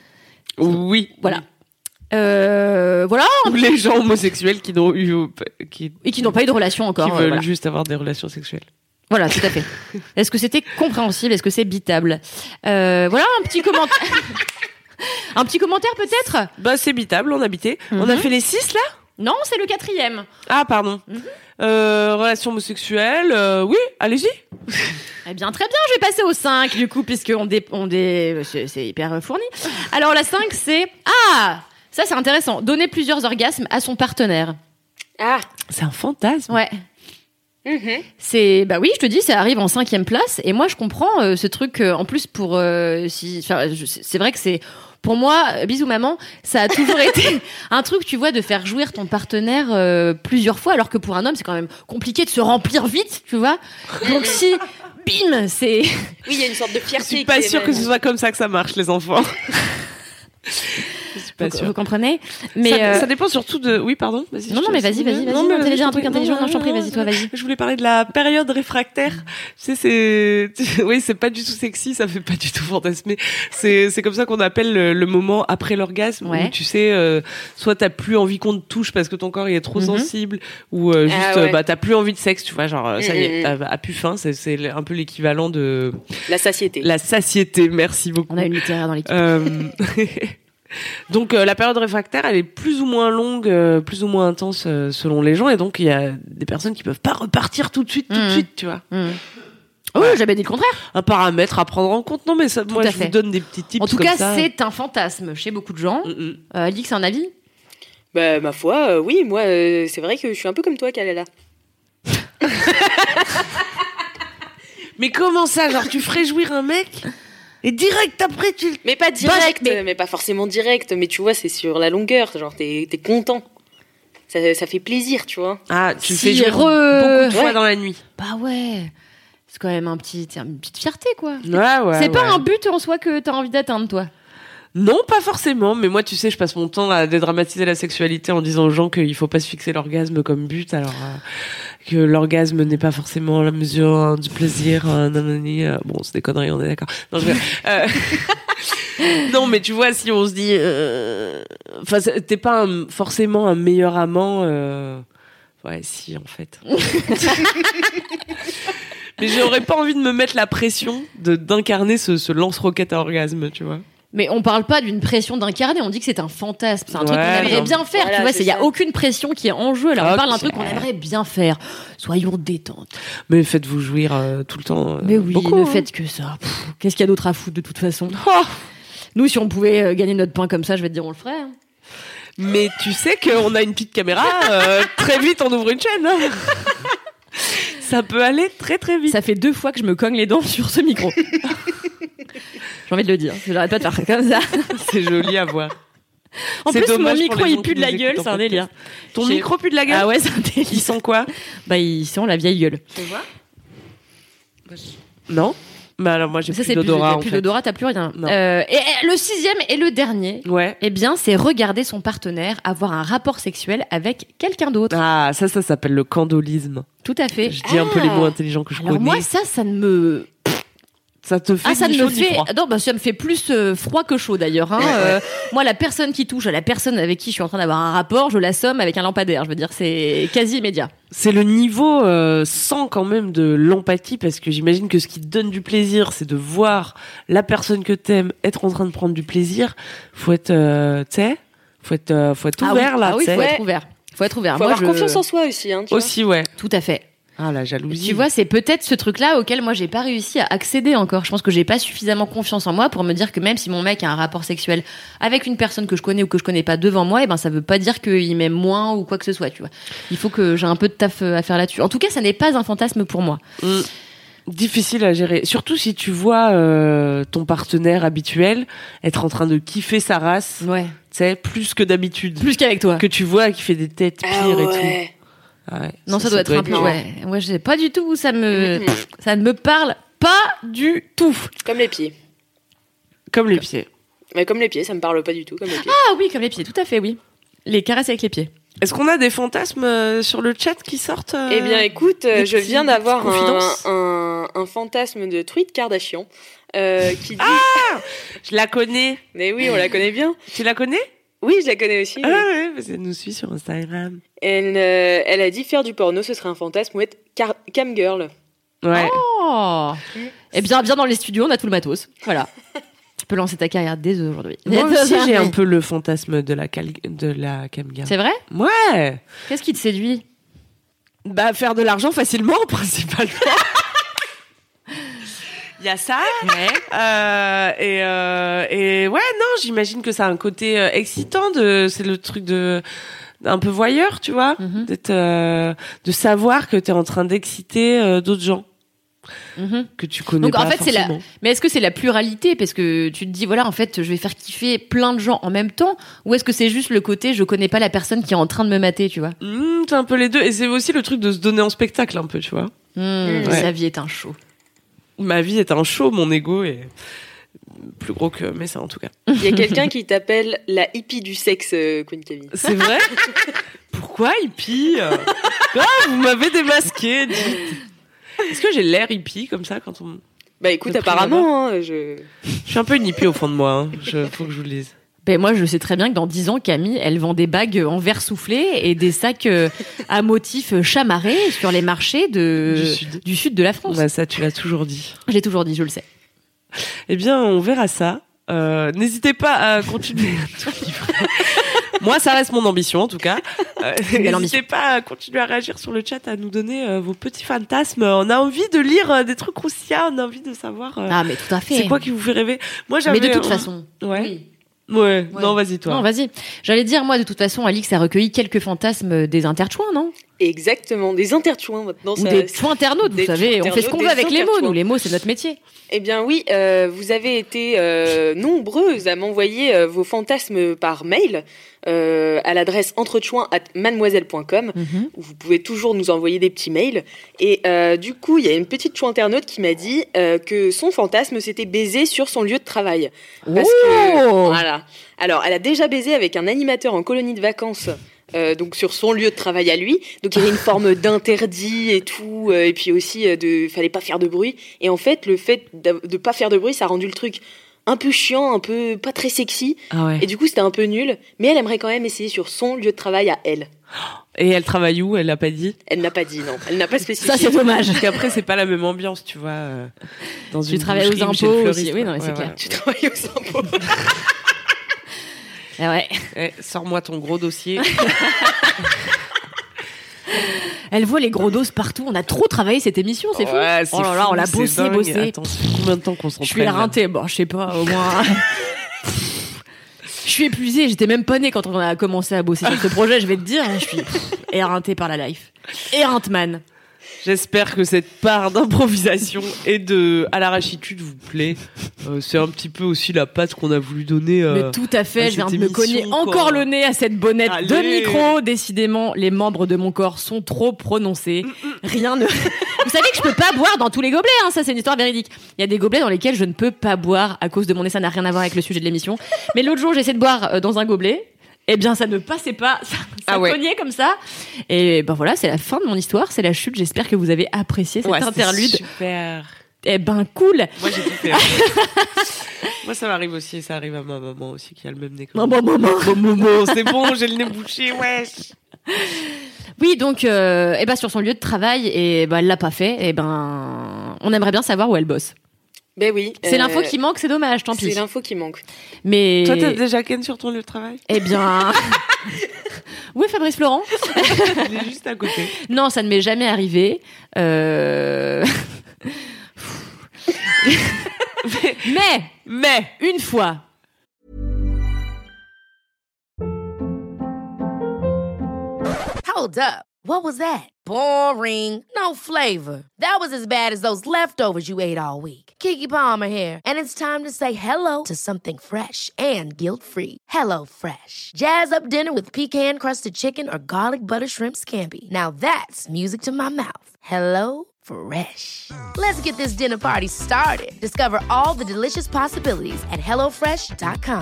Oui.
Voilà. Euh, voilà.
Ou les gens homosexuels qui n'ont eu, qui,
Et qui n'ont pas eu de relation encore.
qui
euh,
veulent
voilà.
juste avoir des relations sexuelles.
Voilà, tout à fait. Est-ce que c'était compréhensible? Est-ce que c'est bitable? euh, Voilà, un petit commentaire. Un petit commentaire peut-être?
Bah c'est bitable, on habitait. On a
Mhm.
fait les six là.
Non, c'est le quatrième.
Ah pardon.
Mhm.
Euh, relation homosexuelle, euh, oui, allez-y.
Eh bien, très bien, je vais passer au cinq, du coup, puisqu'on dé... on dé... c'est c'est hyper fourni. Alors, la cinq, c'est... Ah, ça, c'est intéressant. Donner plusieurs orgasmes à son partenaire.
Ah.
C'est un fantasme.
Ouais.
Mhm.
C'est bah oui, je te dis, ça arrive en cinquième place. Et moi, je comprends euh, ce truc. euh, en plus, pour euh, si, enfin, je- c'est vrai que c'est pour moi, euh, bisous maman, ça a toujours été un truc, tu vois, de faire jouir ton partenaire euh, plusieurs fois, alors que pour un homme, c'est quand même compliqué de se remplir vite, tu vois. Donc si, bim, c'est
Oui, il y a une sorte de
Je
fierté.
suis pas
qui est
sûre que
même-
ce soit comme ça que ça marche, les enfants. Je suis pas
vous,
sûre.
vous comprenez. Mais
ça,
euh,
ça dépend surtout de. Oui, pardon. Vas-y.
non,
je
non,
te
mais
laisse.
vas-y, vas-y, vas-y.
Non,
Non,
mais
t'allais dire un
je t'en
truc
prie.
intelligent. Non, je t'en prie, vas-y, toi, vas-y.
Je voulais parler de la période réfractaire. Tu sais, c'est. Oui, c'est pas du tout sexy, ça fait pas du tout fantasmer. C'est, c'est comme ça qu'on appelle le, le moment après l'orgasme
Ouais.
où tu sais, euh, soit t'as plus envie qu'on te touche parce que ton corps il est trop
Mhm.
sensible, ou euh, juste,
Ah ouais.
euh, bah t'as plus envie de sexe, tu vois, genre euh, ça y est,
Mhm.
t'as à plus faim. C'est, c'est un peu l'équivalent de
La satiété.
la satiété. Merci beaucoup.
On a une littéraire dans l'équipe.
Euh, donc euh, la période réfractaire, elle est plus ou moins longue, euh, plus ou moins intense euh, selon les gens, et donc il y a des personnes qui peuvent pas repartir tout de suite, tout de
Mhm.
suite, tu vois.
Mmh. Oh, j'avais dit le contraire.
Un paramètre à prendre en compte. Non, mais ça, moi,
à
je
fait.
vous donne des petits tips.
En tout
comme
cas,
ça.
c'est un fantasme chez beaucoup de gens.
Mm, mm.
Euh, Alix, un avis?
Bah, ma foi, euh, oui, moi, euh, c'est vrai que je suis un peu comme toi, Kalala.
Mais comment ça, genre tu ferais jouir un mec et direct après tu...
Mais pas direct,
mais-
mais... pas forcément direct, mais tu vois, c'est sur la longueur, genre t'es, t'es content. Ça, ça fait plaisir, tu vois.
Ah, tu
Si,
fais jouer
re-
beaucoup de fois
Ouais.
dans la nuit.
Bah ouais. C'est quand même un petit, une petite fierté, quoi.
Ouais, ouais.
c'est pas
ouais.
un but en soi que t'as envie d'atteindre, toi.
Non, pas forcément, mais moi, tu sais, je passe mon temps à dédramatiser la sexualité en disant aux gens qu'il faut pas se fixer l'orgasme comme but, alors euh, que l'orgasme n'est pas forcément la mesure hein, du plaisir. Euh, nanani, euh, bon, c'est des conneries, on est d'accord. Non, je... euh... non, mais tu vois, si on se dit, euh... enfin, t'es pas un- forcément un meilleur amant. Euh... Ouais, si, en fait. Mais j'aurais pas envie de me mettre la pression de d'incarner ce, ce lance-roquette à orgasme, tu vois.
Mais on parle pas d'une pression d'incarner, on dit que c'est un fantasme, c'est un truc
Ouais,
qu'on aimerait
non.
bien faire,
Voilà,
tu vois,
c'est
il y a
ça.
aucune pression qui est en jeu, là on parle d'un
Ok.
truc qu'on aimerait bien faire. Soyons détente.
Mais faites-vous jouir euh, tout le temps. euh,
Mais oui,
beaucoup,
ne
hein.
faites que ça. Pff, qu'est-ce qu'il y a d'autre à foutre de toute façon?
Oh.
Nous, si on pouvait euh, gagner notre pain comme ça, je vais te dire, on le ferait. hein.
Mais tu sais qu'on a une petite caméra, euh, très vite on ouvre une chaîne. hein. Ça peut aller très très vite.
Ça fait deux fois que je me cogne les dents sur ce micro. J'ai envie de le dire, j'arrête pas de faire ça comme ça.
C'est joli à voir.
En
C'est
plus, mon
dommage pour
micro,
les
il
gens
pue
qui
de la
nous
gueule,
écoutent en
c'est un
podcast.
délire.
Ton
J'ai-
micro pue de la gueule.
Ah ouais, c'est un délire.
Ils sont quoi?
Bah, ils sont la vieille gueule.
Non. Mais alors moi j'ai
Ça,
plus
c'est plus,
d'odorat.
t'as
en
plus
fait.
d'odorat, t'as plus rien.
Non.
Euh, et, et le sixième et le dernier,
Ouais.
eh bien, c'est regarder son partenaire avoir un rapport sexuel avec quelqu'un d'autre.
Ah ça ça s'appelle le candolisme.
Tout à fait.
Je dis un peu
Ah.
les mots intelligents que je
Alors
connais.
moi, ça, ça ne me...
ça te fait
Ah, ça
ni
ne me
chaud ni
fait...
froid.
Non, bah, ça me fait plus euh, froid que chaud, d'ailleurs. Hein. Euh, moi, la personne qui touche à la personne avec qui je suis en train d'avoir un rapport, je l'assomme avec un lampadaire. Je veux dire, c'est quasi immédiat.
C'est le niveau euh, sans quand même de l'empathie parce que j'imagine que ce qui te donne du plaisir, c'est de voir la personne que t'aimes être en train de prendre du plaisir. Faut être, euh, tu sais, faut être, euh, faut être
Ah
ouvert
oui,
là,
ah oui,
tu sais.
faut
Ouais.
être ouvert. Faut être ouvert.
Faut
Moi,
avoir
je-
confiance en soi aussi, hein, tu vois.
Aussi, ouais.
Tout à fait.
Ah la jalousie.
Tu vois, c'est peut-être ce truc-là auquel moi j'ai pas réussi à accéder encore. Je pense que j'ai pas suffisamment confiance en moi pour me dire que même si mon mec a un rapport sexuel avec une personne que je connais ou que je connais pas devant moi, et ben ça veut pas dire qu'il m'aime moins ou quoi que ce soit, tu vois. Il faut que j'ai un peu de taf à faire là-dessus. En tout cas, ça n'est pas un fantasme pour moi.
Mm. Difficile à gérer, surtout si tu vois euh, ton partenaire habituel être en train de kiffer sa race,
Ouais.
tu sais, plus que d'habitude.
Plus qu'avec toi.
Que tu vois qui fait des têtes pires
Ah
et tout.
ouais.
Ah ouais,
Non, ça, doit être un peu.
dur.
Ouais. Ouais, je sais pas du tout où ça me.
Mhm.
Ça ne me parle pas du tout.
Comme les pieds.
Comme les pieds.
Mais comme les pieds, ça me parle pas du tout, comme les pieds.
Ah oui, comme les pieds, tout à fait, oui. Les caresses avec les pieds.
Est-ce qu'on a des fantasmes euh, sur le chat qui sortent euh,
Eh bien, écoute, euh,
des
je
petits-
viens d'avoir
petites confidences
un, un, un fantasme de Tweet Kardashian euh, qui dit.
Je la connais.
Mais oui, on la connaît bien.
Tu la connais?
Oui, je la connais aussi.
Ah
oui.
ouais, parce qu'elle nous suit sur Instagram.
Elle, euh, elle a dit faire du porno, ce serait un fantasme ou être car- cam girl.
Ouais.
Oh Eh bien, bien dans les studios, on a tout le matos. Voilà. Tu peux lancer ta carrière dès aujourd'hui.
Moi aussi, j'ai un peu le fantasme de la, cal... de la camgirl.
C'est vrai?
Ouais.
Qu'est-ce qui te séduit?
Bah, faire de l'argent facilement, principalement. Il y a ça. Euh, et, euh, et ouais, non, j'imagine que ça a un côté euh, excitant. De, c'est le truc de un peu voyeur, tu vois,
Mhm.
d'être, euh, de savoir que t'es en train d'exciter euh, d'autres gens
Mhm.
que tu connais
Donc,
pas
en fait, c'est la-
forcément.
Mais est-ce que c'est la pluralité? Parce que tu te dis, voilà, en fait, je vais faire kiffer plein de gens en même temps. Ou est-ce que c'est juste le côté, je connais pas la personne qui est en train de me mater, tu vois?
Mmh, c'est un peu les deux. Et c'est aussi le truc de se donner en spectacle un peu, tu vois.
Mmh,
Ouais.
Sa vie est un show.
Ma vie est un show, mon ego est plus gros que mais ça en tout cas.
Il y a quelqu'un qui t'appelle la hippie du sexe, euh, Queen Camille.
C'est vrai? Pourquoi hippie? Ah, vous m'avez démasqué. dites. Est-ce que j'ai l'air hippie comme ça quand on...
Bah écoute,
Le prix
apparemment, hein, je...
Je suis un peu une hippie au fond de moi. Hein. Je, faut que je vous le dise.
Ben moi, je sais très bien que dans dix ans, Camille, elle vend des bagues en verre soufflé et des sacs euh, à motifs chamarrés sur les marchés de...
Du sud.
du sud de la France.
Bah, ça, tu l'as toujours dit.
Je l'ai toujours dit, je le sais.
Eh bien, on verra ça. Euh, n'hésitez pas à continuer à tout livrer. Moi, ça reste mon ambition, en tout cas. Euh, n'hésitez
ambition.
pas à continuer à réagir sur le chat, à nous donner euh, vos petits fantasmes. On a envie de lire euh, des trucs croustillants, on a envie de savoir euh,
Ah, mais tout à fait.
c'est quoi qui vous fait rêver. Moi, j'avais,
Mais de toute
euh,
façon.
Ouais.
Oui.
Ouais.
Ouais.
Non, vas-y, toi.
Non, vas-y. J'allais dire, moi, de toute façon, Alix a recueilli quelques fantasmes des interchouins, non?
Exactement, des interchouins maintenant.
Ou
ça-
des chouins internautes, vous
des
savez. On fait ce
internautes,
qu'on veut
des
avec les mots,
interchouins.
nous. Les mots, c'est notre métier.
Eh bien oui, euh, vous avez été euh, nombreuses à m'envoyer euh, vos fantasmes par mail euh, à l'adresse entrechouins arobase mademoiselle point com.
Mhm.
Où vous pouvez toujours nous envoyer des petits mails. Et euh, du coup, il y a une petite chou internaute qui m'a dit euh, que son fantasme, c'était baiser sur son lieu de travail. Parce que,
Oh
voilà. Alors, elle a déjà baisé avec un animateur en colonie de vacances. Euh, donc sur son lieu de travail à lui, donc il y avait une forme d'interdit et tout, euh, et puis aussi euh, de fallait pas faire de bruit. Et en fait, le fait de, de pas faire de bruit, ça a rendu le truc un peu chiant, un peu pas très sexy.
Ah ouais.
Et du coup, c'était un peu nul. Mais elle aimerait quand même essayer sur son lieu de travail à elle.
Et elle travaille où? Elle l'a pas dit.
Elle n'a pas dit non. Elle n'a pas spécifié.
Ça, c'est dommage.
Parce qu'après, c'est pas la même ambiance, tu vois. euh, Dans
Tu
une
travailles aux
boucherie ou chez le
impôts
fleuriste,
aussi. Oui,
quoi.
non, mais c'est
Ouais,
clair.
voilà.
Tu travailles aux impôts.
Ah ouais.
Eh, sors-moi ton gros dossier.
Elle voit les gros doses partout. On a trop travaillé cette émission, c'est fou.
Ouais, c'est
Oh là là,
fou,
on l'a
c'est
bossé,
dingue.
bossé.
Attends, ça fait combien de temps qu'on s'entraîne
Je suis éreintée. Bon, je sais pas, au moins. Je suis épuisée. J'étais même pas née quand on a commencé à bosser sur ce projet. Je vais te dire, je suis pff, éreintée par la life. Éreinte-man.
J'espère que cette part d'improvisation et de à l'arrachitude vous plaît. Euh, c'est un petit peu aussi la patte qu'on a voulu donner. Euh,
Mais tout à fait.
à
Je viens de
cette
me
émission,
cogner
quoi.
encore le nez à cette bonnette de
Allez.
micro. Décidément, les membres de mon corps sont trop prononcés. Rien ne. Vous savez que je peux pas boire dans tous les gobelets. Hein. Ça, c'est une histoire véridique. Il y a des gobelets dans lesquels je ne peux pas boire à cause de mon nez. Ça n'a rien à voir avec le sujet de l'émission. Mais l'autre jour, j'ai essayé de boire euh, dans un gobelet. Eh bien, ça ne passait pas, ça, ça
Ah ouais.
cognait comme ça. Et ben voilà, c'est la fin de mon histoire, c'est la chute. J'espère que vous avez apprécié cette
ouais, c'était
interlude.
Super.
Eh ben cool.
Moi j'ai tout fait. Moi ça m'arrive aussi, et ça arrive à ma maman aussi qui a le même nez que
Bon,
moi.
bon, bon, bon.
Bon, bon, bon, c'est bon, j'ai le nez bouché, wesh.
Oui, donc, euh, eh ben sur son lieu de travail, et ben elle l'a pas fait. Et ben, on aimerait bien savoir où elle bosse.
Ben oui.
C'est
euh,
l'info qui manque, c'est dommage, tant pis.
C'est l'info qui manque.
Mais
Toi t'as déjà Ken sur ton lieu de travail?
eh bien, où est Fabrice Florent?
Il est juste à côté.
Non, ça ne m'est jamais arrivé. Euh... Mais
Mais
une fois.
Hold up. What was that? Boring. No flavor. That was as bad as those leftovers you ate all week. Keke Palmer here, and it's time to say hello to something fresh and guilt-free. Hello Fresh. Jazz up dinner with pecan-crusted chicken or garlic butter shrimp scampi. Now that's music to my mouth. Hello Fresh. Let's get this dinner party started. Discover all the delicious possibilities at hello fresh dot com.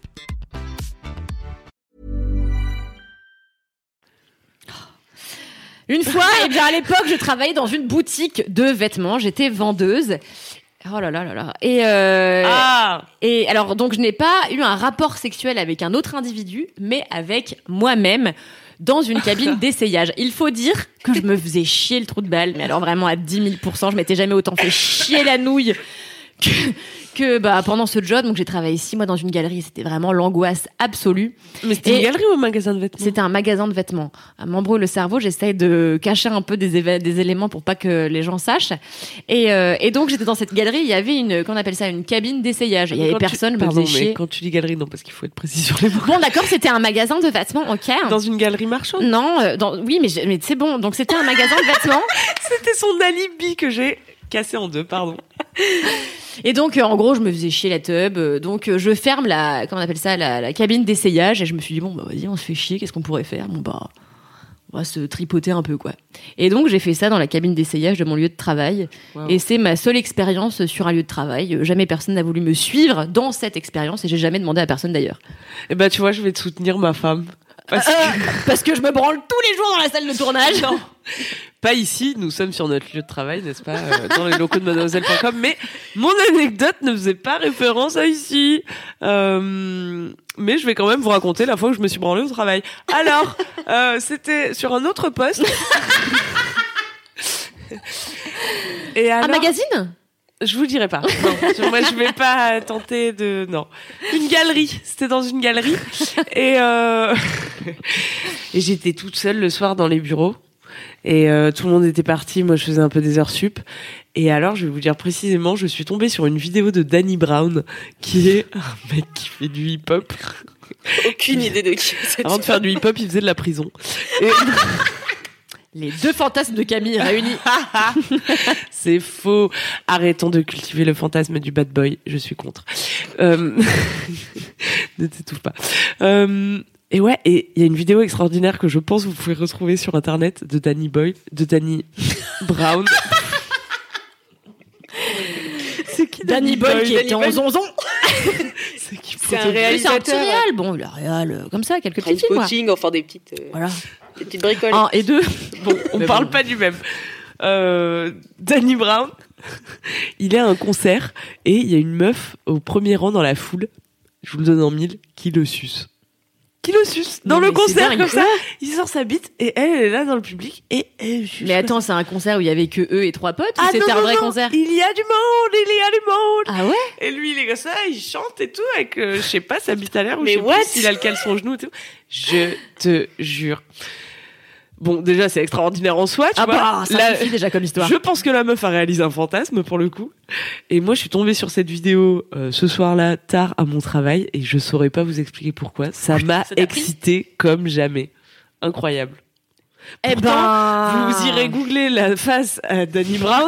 Une fois, eh bien à l'époque, je travaillais dans une boutique de vêtements. J'étais vendeuse. Oh là là là là. Et euh,
ah
et alors donc je n'ai pas eu un rapport sexuel avec un autre individu, mais avec moi-même dans une cabine d'essayage. Il faut dire que je me faisais chier le trou de balle, mais alors vraiment à dix mille pour cent, je m'étais jamais autant fait chier la nouille que, que bah pendant ce job. Donc j'ai travaillé six mois dans une galerie, c'était vraiment l'angoisse absolue.
Mais c'était
Et-
une galerie ou un magasin de vêtements?
C'était un magasin de vêtements. À m'embrouille le cerveau, j'essaye de cacher un peu des, éve- des éléments pour pas que les gens sachent. Et, euh, et donc j'étais dans cette galerie, il y avait une, qu'on appelle ça, une cabine d'essayage. Il y avait
Quand tu-
personne, me
Pardon,
faisait
mais
chier.
quand tu dis galerie, non, parce qu'il faut être précis sur les mots.
Bon d'accord, c'était un magasin de vêtements, ok.
Dans une galerie marchande?
Non, euh, dans... oui, mais, je- mais c'est bon. Donc c'était un magasin de vêtements.
C'était son alibi que j'ai cassé en deux, pardon.
Et donc, euh, en gros, je me faisais chier la tub. euh, donc, euh, je ferme la, comment on appelle ça, la, la cabine d'essayage. Et je me suis dit, bon, bah, vas-y, on se fait chier. Qu'est-ce qu'on pourrait faire? Bon, bah, on va se tripoter un peu, quoi. Et donc, j'ai fait ça dans la cabine d'essayage de mon lieu de travail.
Wow.
Et c'est ma seule expérience sur un lieu de travail. Euh, Jamais personne n'a voulu me suivre dans cette expérience. Et j'ai jamais demandé à personne d'ailleurs.
Eh ben, tu vois, je vais te soutenir, ma femme. Parce que...
Parce que je me branle tous les jours dans la salle de tournage.
Non. Pas ici, nous sommes sur notre lieu de travail, n'est-ce pas, euh, dans les locaux de mademoiselle point com, mais mon anecdote ne faisait pas référence à ici. Euh, mais je vais quand même vous raconter la fois où je me suis branlée au travail. Alors, euh, c'était sur un autre poste. Et alors,
Un magazine?
je vous dirai pas. Non, je- moi je vais pas tenter de non. Une galerie, c'était dans une galerie et euh... et j'étais toute seule le soir dans les bureaux et euh, tout le monde était parti, moi je faisais un peu des heures sup et alors je vais vous dire précisément, je suis tombée sur une vidéo de Danny Brown qui est un mec qui fait du hip-hop.
Aucune idée de qui c'est.
Avant de faire du hip-hop, il faisait de la prison. Et...
Les deux fantasmes de Camille réunis.
C'est faux. Arrêtons de cultiver le fantasme du bad boy. Je suis contre. Euh... ne t'étouffe pas. Euh... Et ouais, et il y a une vidéo extraordinaire que je pense que vous pouvez retrouver sur internet de Danny Boyle, de Danny Brown.
C'est qui Danny Boyle qui était en zonzon?
C'est qui
C'est un
C'est un
réalisateur.
petit réal. Bon, le réal, euh, comme ça, quelques petits films.
Trainspotting, enfin des petites, euh,
Voilà.
des petites bricoles.
Un et deux.
Bon, on
Mais
parle
bon.
pas du même. Euh, Danny Brown, il est à un concert et il y a une meuf au premier rang dans la foule, je vous le donne en mille, qui le suce. Qui le suce dans
Non,
le
mais c'est
concert
dingue.
comme ça. Il sort sa bite et elle, elle est là dans le public et elle suce.
Mais attends, c'est un concert où il y avait que eux et trois potes ou
Ah,
c'était
non,
un
non,
vrai
non.
concert?
Il y a du monde, il y a du monde.
Ah ouais?
Et lui, il est comme ça, il chante et tout avec, euh, je sais pas, sa bite à l'air ou
Mais
je sais
what
plus s'il a le caleçon au genou et tout. Je te jure. Bon, déjà, c'est extraordinaire en soi, tu
Ah
vois.
bah, ça
Là,
suffit déjà comme histoire.
je pense que la meuf a réalisé un fantasme pour le coup. Et moi, je suis tombée sur cette vidéo euh, ce soir-là, tard à mon travail, et je saurais pas vous expliquer pourquoi. Ça m'a
Ça t'a pris
excité comme jamais. Incroyable.
Eh
Pourtant,
ben,
vous irez googler la face à Danny Brown.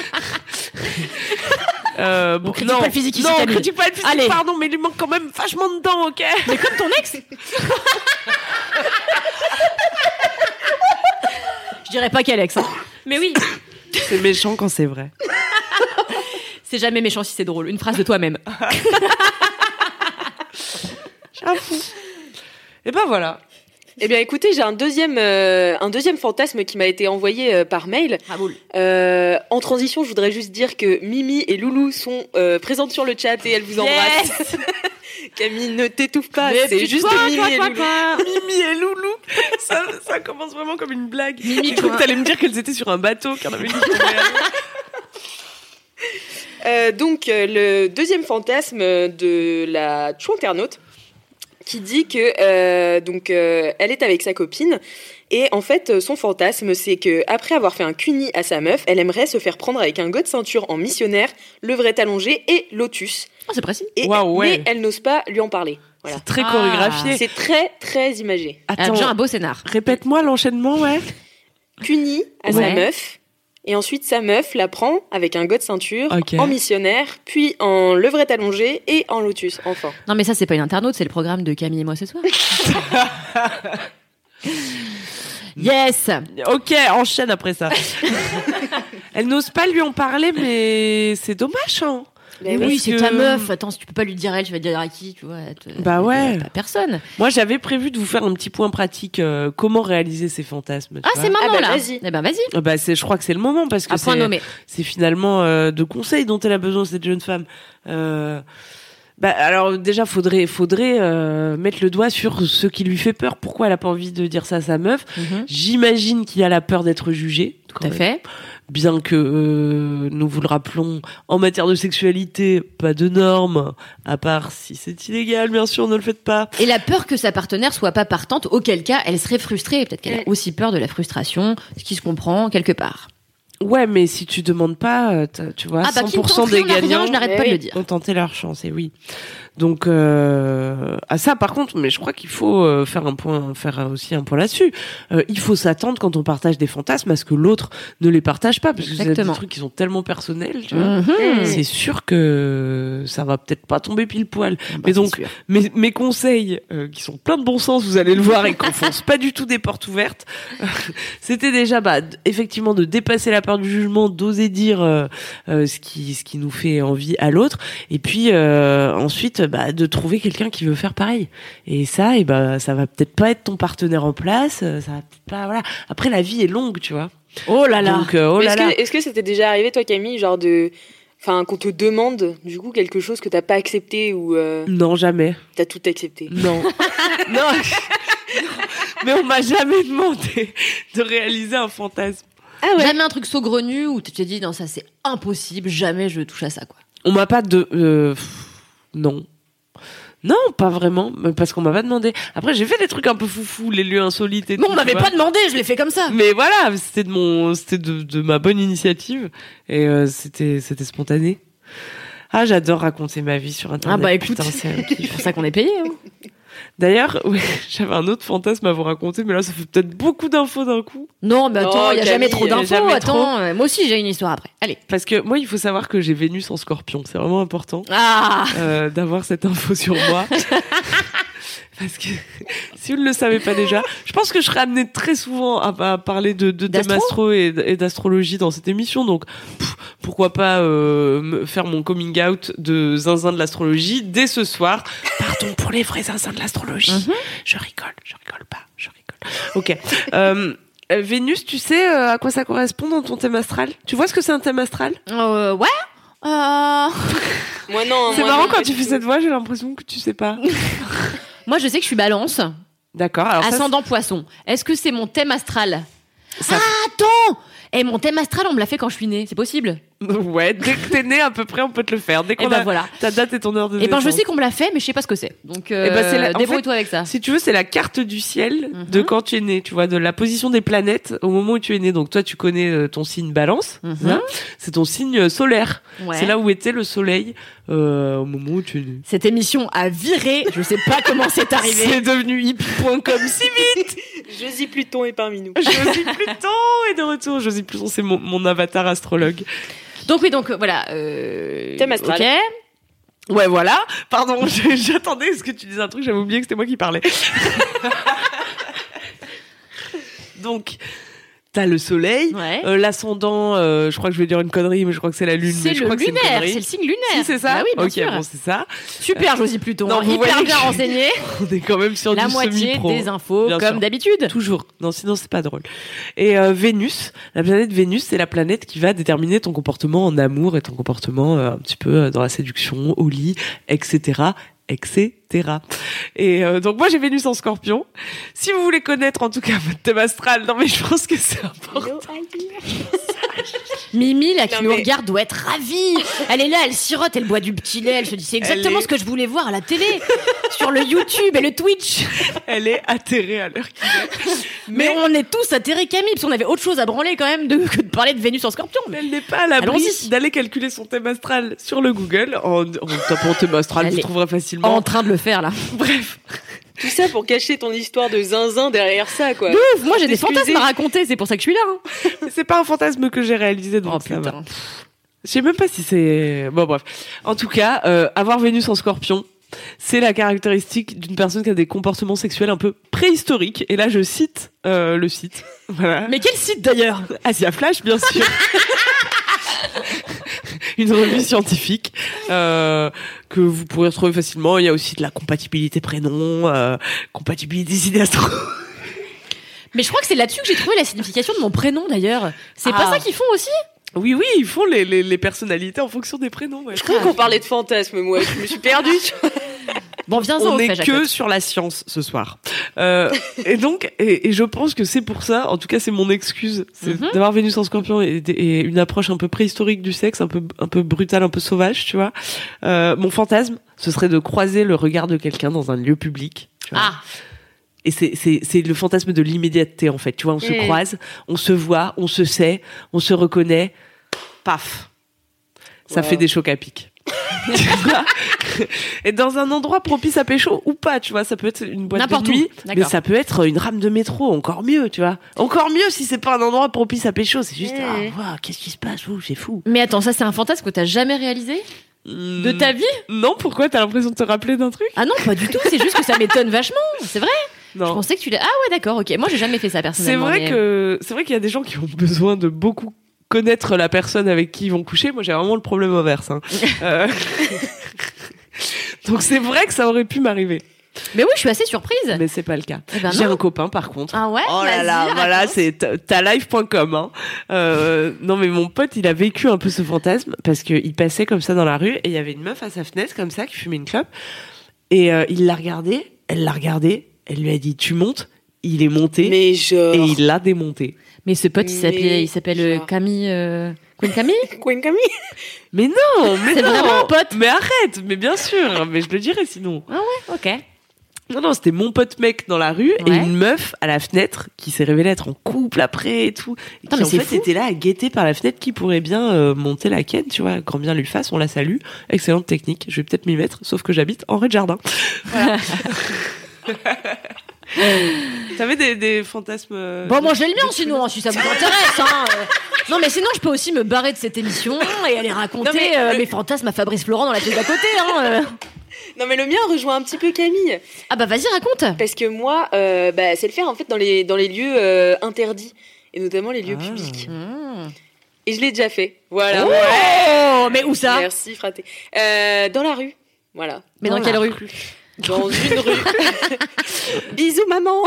euh, bon,
On critique pas le physique ici,
non, on
Camille.
critique pas le physique,
Allez.
pardon, mais il lui manque quand même vachement de dents, ok.
Mais comme ton ex. Je dirais pas quel ex, hein. Mais oui.
C'est méchant quand c'est vrai.
C'est jamais méchant si c'est drôle. Une phrase de toi-même.
J'avoue. Et ben voilà.
Eh bien, écoutez, j'ai un deuxième, euh, un deuxième fantasme qui m'a été envoyé euh, par mail.
Raoul.
Euh, en transition, je voudrais juste dire que Mimi et Loulou sont euh, présentes sur le chat et elles vous embrassent. Camille, ne t'étouffe pas,
Mais
c'est
puis
juste
toi,
Mimi
toi,
et
toi,
Loulou.
toi.
Mimi et Loulou, ça, ça commence vraiment comme une blague.
Mimi,
J'ai cru
toi.
que t'allais me dire qu'elles étaient sur un bateau, qu'elles avaient une
Euh, donc, euh, le deuxième fantasme de la chouinternaute qui dit que euh, donc euh, elle est avec sa copine et en fait son fantasme c'est que après avoir fait un cuni à sa meuf, elle aimerait se faire prendre avec un god ceinture en missionnaire, levrette allongée et lotus.
Oh, c'est précis.
Et
Waouh, ouais.
mais elle n'ose pas lui en parler. Voilà.
C'est très
Ah.
chorégraphié.
C'est très très imagé.
Elle a déjà un beau scénar.
Répète-moi l'enchaînement, ouais.
Cuni à
Ouais.
sa meuf. Et ensuite, sa meuf la prend avec un god ceinture,
Ok.
en missionnaire, puis en levrette allongée et en lotus, enfin.
Non, mais ça, c'est pas une internaute, c'est le programme de Camille et moi ce soir. Yes.
Ok, enchaîne après ça. Elle n'ose pas lui en parler, mais c'est dommage, hein.
Ben
oui,
parce
c'est
que-
ta meuf. Attends, si tu peux pas lui dire elle, tu vas dire à qui, tu vois. elle te-
Bah ouais.
Pas personne.
Moi, j'avais prévu de vous faire un petit point pratique. euh, comment réaliser ces fantasmes. tu
Ah,
vois.
c'est maintenant,
Ah bah,
là.
vas-y.
Eh ben, vas-y.
Ah bah, c'est, je crois que c'est le moment parce que
À point
c'est,
nommé.
c'est finalement euh, de conseils dont elle a besoin cette jeune femme. Euh, bah alors déjà faudrait faudrait euh, mettre le doigt sur ce qui lui fait peur. Pourquoi elle a pas envie de dire ça à sa meuf? J'imagine qu'il a la peur d'être jugé.
Tout à fait.
Bien que euh, nous vous le rappelons, en matière de sexualité, pas de normes, à part si c'est illégal, bien sûr, ne le faites pas.
Et la peur que sa partenaire soit pas partante, auquel cas elle serait frustrée. Peut-être qu'elle a aussi peur de la frustration, ce qui se comprend quelque part.
Ouais, mais si tu demandes pas, euh, t'as- tu vois,
Ah bah,
cent
qui ne
pour cent
tente
des
rien n'a rien,
gagnants
je n'arrête
Eh
pas de
oui.
le dire.
ont tenté leur chance, et oui. Donc, euh, à ça, par contre, mais je crois qu'il faut euh, faire un point, faire aussi un point là-dessus. Euh, il faut s'attendre quand on partage des fantasmes à ce que l'autre ne les partage pas, parce que c'est
Exactement.
des trucs qui sont tellement personnels, tu vois.
Mhm.
C'est sûr que ça va peut-être pas tomber pile poil.
Bah,
Mais
c'est
donc,
sûr.
mes, mes conseils, euh, qui sont pleins de bon sens, vous allez le voir, et qu'on fonce pas du tout des portes ouvertes, c'était déjà, bah, d- effectivement, de dépasser la peur du jugement, d'oser dire euh, euh, ce qui ce qui nous fait envie à l'autre, et puis euh, ensuite, bah, de trouver quelqu'un qui veut faire pareil. Et ça, et bah, ça va peut-être pas être ton partenaire en place, euh, ça va peut-être pas, voilà. Après, la vie est longue, tu vois.
Oh là là.
Donc, euh, oh
Mais
là
est-ce,
là.
que, est-ce que c'était déjà arrivé, toi, Camille, genre de. Enfin, qu'on te demande, du coup, quelque chose que t'as pas accepté ou euh,
Non, jamais.
t'as tout accepté?
Non. non. Mais on m'a jamais demandé de réaliser un fantasme.
Ah ouais?
Jamais un truc saugrenu où tu t'es dit non, ça c'est impossible, jamais je touche à ça, quoi.
On m'a pas de... euh, pff, non. Non, pas vraiment, mais parce qu'on m'a pas demandé. Après, j'ai fait des trucs un peu foufou, les lieux insolites et
Mais
tout.
on m'avait
tu vois.
pas demandé, je l'ai fait comme ça.
Mais voilà, c'était de mon, c'était de, de ma bonne initiative et euh, c'était, c'était spontané. Ah, j'adore raconter ma vie sur Internet.
Ah bah écoute,
Putain, c'est un
c'est
kiff.
pour ça qu'on est payé. Hein.
D'ailleurs, ouais, j'avais un autre fantasme à vous raconter, mais là, ça fait peut-être beaucoup d'infos d'un coup.
Non, mais attends,
Oh,
il y a
Camille,
jamais trop
y a
d'infos.
jamais
Attends, euh, moi aussi j'ai une histoire après. Allez.
Parce que moi, il faut savoir que j'ai Vénus en Scorpion. C'est vraiment important
Ah.
euh, d'avoir cette info sur moi. Parce que si vous ne le savez pas déjà, je pense que je serai amenée très souvent à, à parler de, de thèmes
D'astro
astro et, et d'astrologie dans cette émission. Donc, pff, pourquoi pas euh, me faire mon coming out de zinzin de l'astrologie dès ce soir. Pardon pour les vrais zinzins de l'astrologie.
Mm-hmm.
Je rigole, je rigole pas, je rigole. Ok. Euh, Vénus, tu sais euh, à quoi ça correspond dans ton thème astral? Tu vois ce que c'est un thème astral?
Euh, ouais. Euh...
Moi non.
C'est
moi,
marrant
non,
quand
pas
tu
du
fais
tout.
cette voix, j'ai l'impression que tu sais pas.
Moi, je sais que je suis Balance,
D'accord. Alors ça,
ascendant Poisson. Est-ce que c'est mon thème astral?
ça-
Ah, attends. Et mon thème astral, on me l'a fait quand je suis née. C'est possible?
Ouais, dès que t'es né, à peu près, on peut te le faire. Dès
Et
qu'on
ben
a
voilà.
ta date et ton heure de
Et ben je
naissance.
sais qu'on me l'a fait, mais je sais pas ce que c'est. Donc euh,
Eh ben, c'est la- en
débrouille-toi avec ça.
Si tu veux, c'est la carte du ciel
Mhm.
de quand tu es né, tu vois, de la position des planètes au moment où tu es né. Donc toi, tu connais euh, ton signe Balance,
Mhm.
hein, c'est ton signe euh, solaire.
Ouais.
C'est là où était le soleil euh, au moment où tu es né.
Cette émission a viré. Je sais pas comment c'est arrivé.
C'est devenu hippie point com si vite.
Josie Pluton est parmi nous.
Josie Pluton est de retour. Josie Pluton, c'est mon, mon avatar astrologue.
Donc oui, donc euh, voilà. Euh...
Thème astral.
Ok.
Ouais, voilà. Pardon, je- j'attendais à ce que tu dises un truc, j'avais oublié que c'était moi qui parlais. Donc, t'as le soleil,
Ouais.
euh, l'ascendant, euh, je crois que je vais dire une connerie, mais je crois que c'est la lune.
C'est
mais je
le
crois que c'est une
lunaire.
connerie.
C'est le signe lunaire.
Si, c'est ça.
Bah oui, bien
ok,
sûr.
bon, c'est ça.
Super, Josie Pluton.
Non,
hein,
vous
hyper
voyez
bien
que-
renseigné.
On est quand même sur
La
du
moitié
semi-pro.
des infos,
Bien
comme
sûr.
d'habitude.
Toujours. Non, sinon c'est pas drôle. Et euh, Vénus, la planète Vénus, c'est la planète qui va déterminer ton comportement en amour et ton comportement euh, un petit peu euh, dans la séduction, au lit, et cetera, et cetera. Et euh, donc moi j'ai Vénus en Scorpion. Si vous voulez connaître en tout cas votre thème astral, non mais je pense que c'est important.
Mimi, là, qui
Non,
nous
mais-
regarde, doit être ravie. Elle est là, elle sirote, elle boit du petit lait. Elle se dit, c'est exactement
est-
ce que je voulais voir à la télé, sur le YouTube et le Twitch.
Elle est atterrée à l'heure qu'il est.
Mais,
Mais,
on est tous atterrés, Camille, parce qu'on avait autre chose à branler quand même de, que de parler de Vénus en Scorpion.
mais elle n'est pas à l'abri
Allons-y.
d'aller calculer son thème astral sur le Google. En, en tapant thème astral,
Elle
vous
est
trouverez facilement.
En train de le faire, là.
Bref.
Tout ça pour cacher ton histoire de zinzin derrière ça, quoi.
De ouf, moi j'ai des
T'excuser.
fantasmes à raconter, c'est pour ça que je suis là. hein.
C'est pas un fantasme que j'ai réalisé, donc
Oh
ça va.
putain.
Je sais même pas si c'est... Bon, bref. En tout cas, euh, avoir Vénus en Scorpion, c'est la caractéristique d'une personne qui a des comportements sexuels un peu préhistoriques. Et là, je cite euh, le site. Voilà.
Mais quel site d'ailleurs?
Asia Flash, bien sûr. Une revue scientifique euh, que vous pourrez retrouver facilement. Il y a aussi de la compatibilité prénom, euh, compatibilité signe-astro.
Mais je crois que c'est là-dessus que j'ai trouvé la signification de mon prénom d'ailleurs. C'est pas
Ah.
ça qu'ils font aussi?
Oui, oui, ils font les, les, les personnalités en fonction des prénoms. Ouais.
Je croyais qu'on parlait de fantasmes, moi. Je me suis perdue.
Bon, viens-en
On
au
n'est
fait,
que
Jacob.
sur la science ce soir. Euh, et donc, et, et je pense que c'est pour ça, en tout cas c'est mon excuse, c'est
Mhm.
d'avoir Vénus en Scorpion et, et une approche un peu préhistorique du sexe, un peu, un peu brutale, un peu sauvage, tu vois. Euh, mon fantasme, ce serait de croiser le regard de quelqu'un dans un lieu public. Tu vois.
Ah,
Et c'est, c'est, c'est le fantasme de l'immédiateté, en fait. Tu vois, on se
Mm.
croise, on se voit, on se sait, on se reconnaît. Paf. Ça
Wow.
fait des chocs à pic. Tu vois. Et dans un endroit propice à pécho ou pas, tu vois, ça peut être une boîte
N'importe
de
où.
nuit, mais
D'accord.
ça peut être une rame de métro, encore mieux, tu vois. Encore mieux si c'est pas un endroit propice à pécho, c'est juste,
Mm.
ah, wow, qu'est-ce qui se passe, ouh, c'est fou.
mais attends, ça c'est un fantasme que t'as jamais réalisé de
Hmm.
ta vie?
Non, pourquoi t'as l'impression de te rappeler d'un truc?
Ah non, pas du tout, c'est juste que ça m'étonne vachement. C'est vrai? Je
Non.
pensais que tu l'as. Ah ouais, d'accord, ok. Moi j'ai jamais fait ça
C'est
personnellement.
vrai
mais-
que c'est vrai qu'il y a des gens qui ont besoin de beaucoup connaître la personne avec qui ils vont coucher. Moi, j'ai vraiment le problème inverse. Hein. Euh, Donc c'est vrai que ça aurait pu m'arriver,
Mais oui, je suis assez surprise.
mais c'est pas le cas.
Eh ben
J'ai
non.
un copain par contre.
Ah ouais?
Oh là
Vas-y,
là, voilà,
raconte.
c'est ta- talive point com. Hein. Euh, non mais mon pote, il a vécu un peu ce fantasme parce que il passait comme ça dans la rue et il y avait une meuf à sa fenêtre comme ça qui fumait une clope et euh, il l'a regardée, elle l'a regardé, elle lui a dit tu montes, il est monté
Mais genre.
et il l'a démonté.
Mais ce pote, il
Mais
s'appelle, il s'appelle euh,
genre.
Camille. Euh... Queen Camille?
Queen Camille.
Mais non, mais
C'est
non.
vraiment un pote.
Mais arrête, mais bien sûr, mais je le dirais sinon.
Ah ouais, ok.
Non, non, c'était mon pote mec dans la rue et
Ouais.
une meuf à la fenêtre qui s'est révélée être en couple après et tout. Et
Putain,
qui
mais
en
c'est
fait
fou.
était là à guetter par la fenêtre qui pourrait bien euh, monter la ken, tu vois, grand bien lui fasse, on la salue. Excellente technique, je vais peut-être m'y mettre, sauf que j'habite en rez de jardin. Voilà. T'avais des, des fantasmes euh,
Bon,
de-
moi j'ai le mien
de
sinon, si ça vous intéresse. Hein. euh. Non, mais sinon, je peux aussi me barrer de cette émission et aller raconter
Non, mais
euh,
le-
mes fantasmes à Fabrice Florent dans la pièce d'à côté. Hein, euh.
Non, mais le mien rejoint un petit peu Camille.
Ah bah vas-y, raconte.
Parce que moi, euh, bah, c'est le faire en fait dans les, dans les lieux euh, interdits. Et notamment les lieux
Ah.
publics.
Mmh.
Et je l'ai déjà fait. Voilà.
Oh, mais où ça?
Merci, fraté. Euh, dans la rue. Voilà.
Mais dans,
Dans
quelle
la
rue?
Dans une rue. Bisous, maman.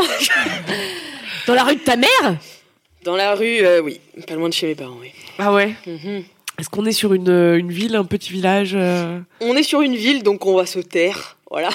Dans la rue de ta mère?
Dans la rue, euh, oui. Pas loin de chez mes parents, oui.
Ah ouais.
Mhm.
Est-ce qu'on est sur une, euh, une ville, un petit village euh...
On est sur une ville, donc on va se taire. Voilà.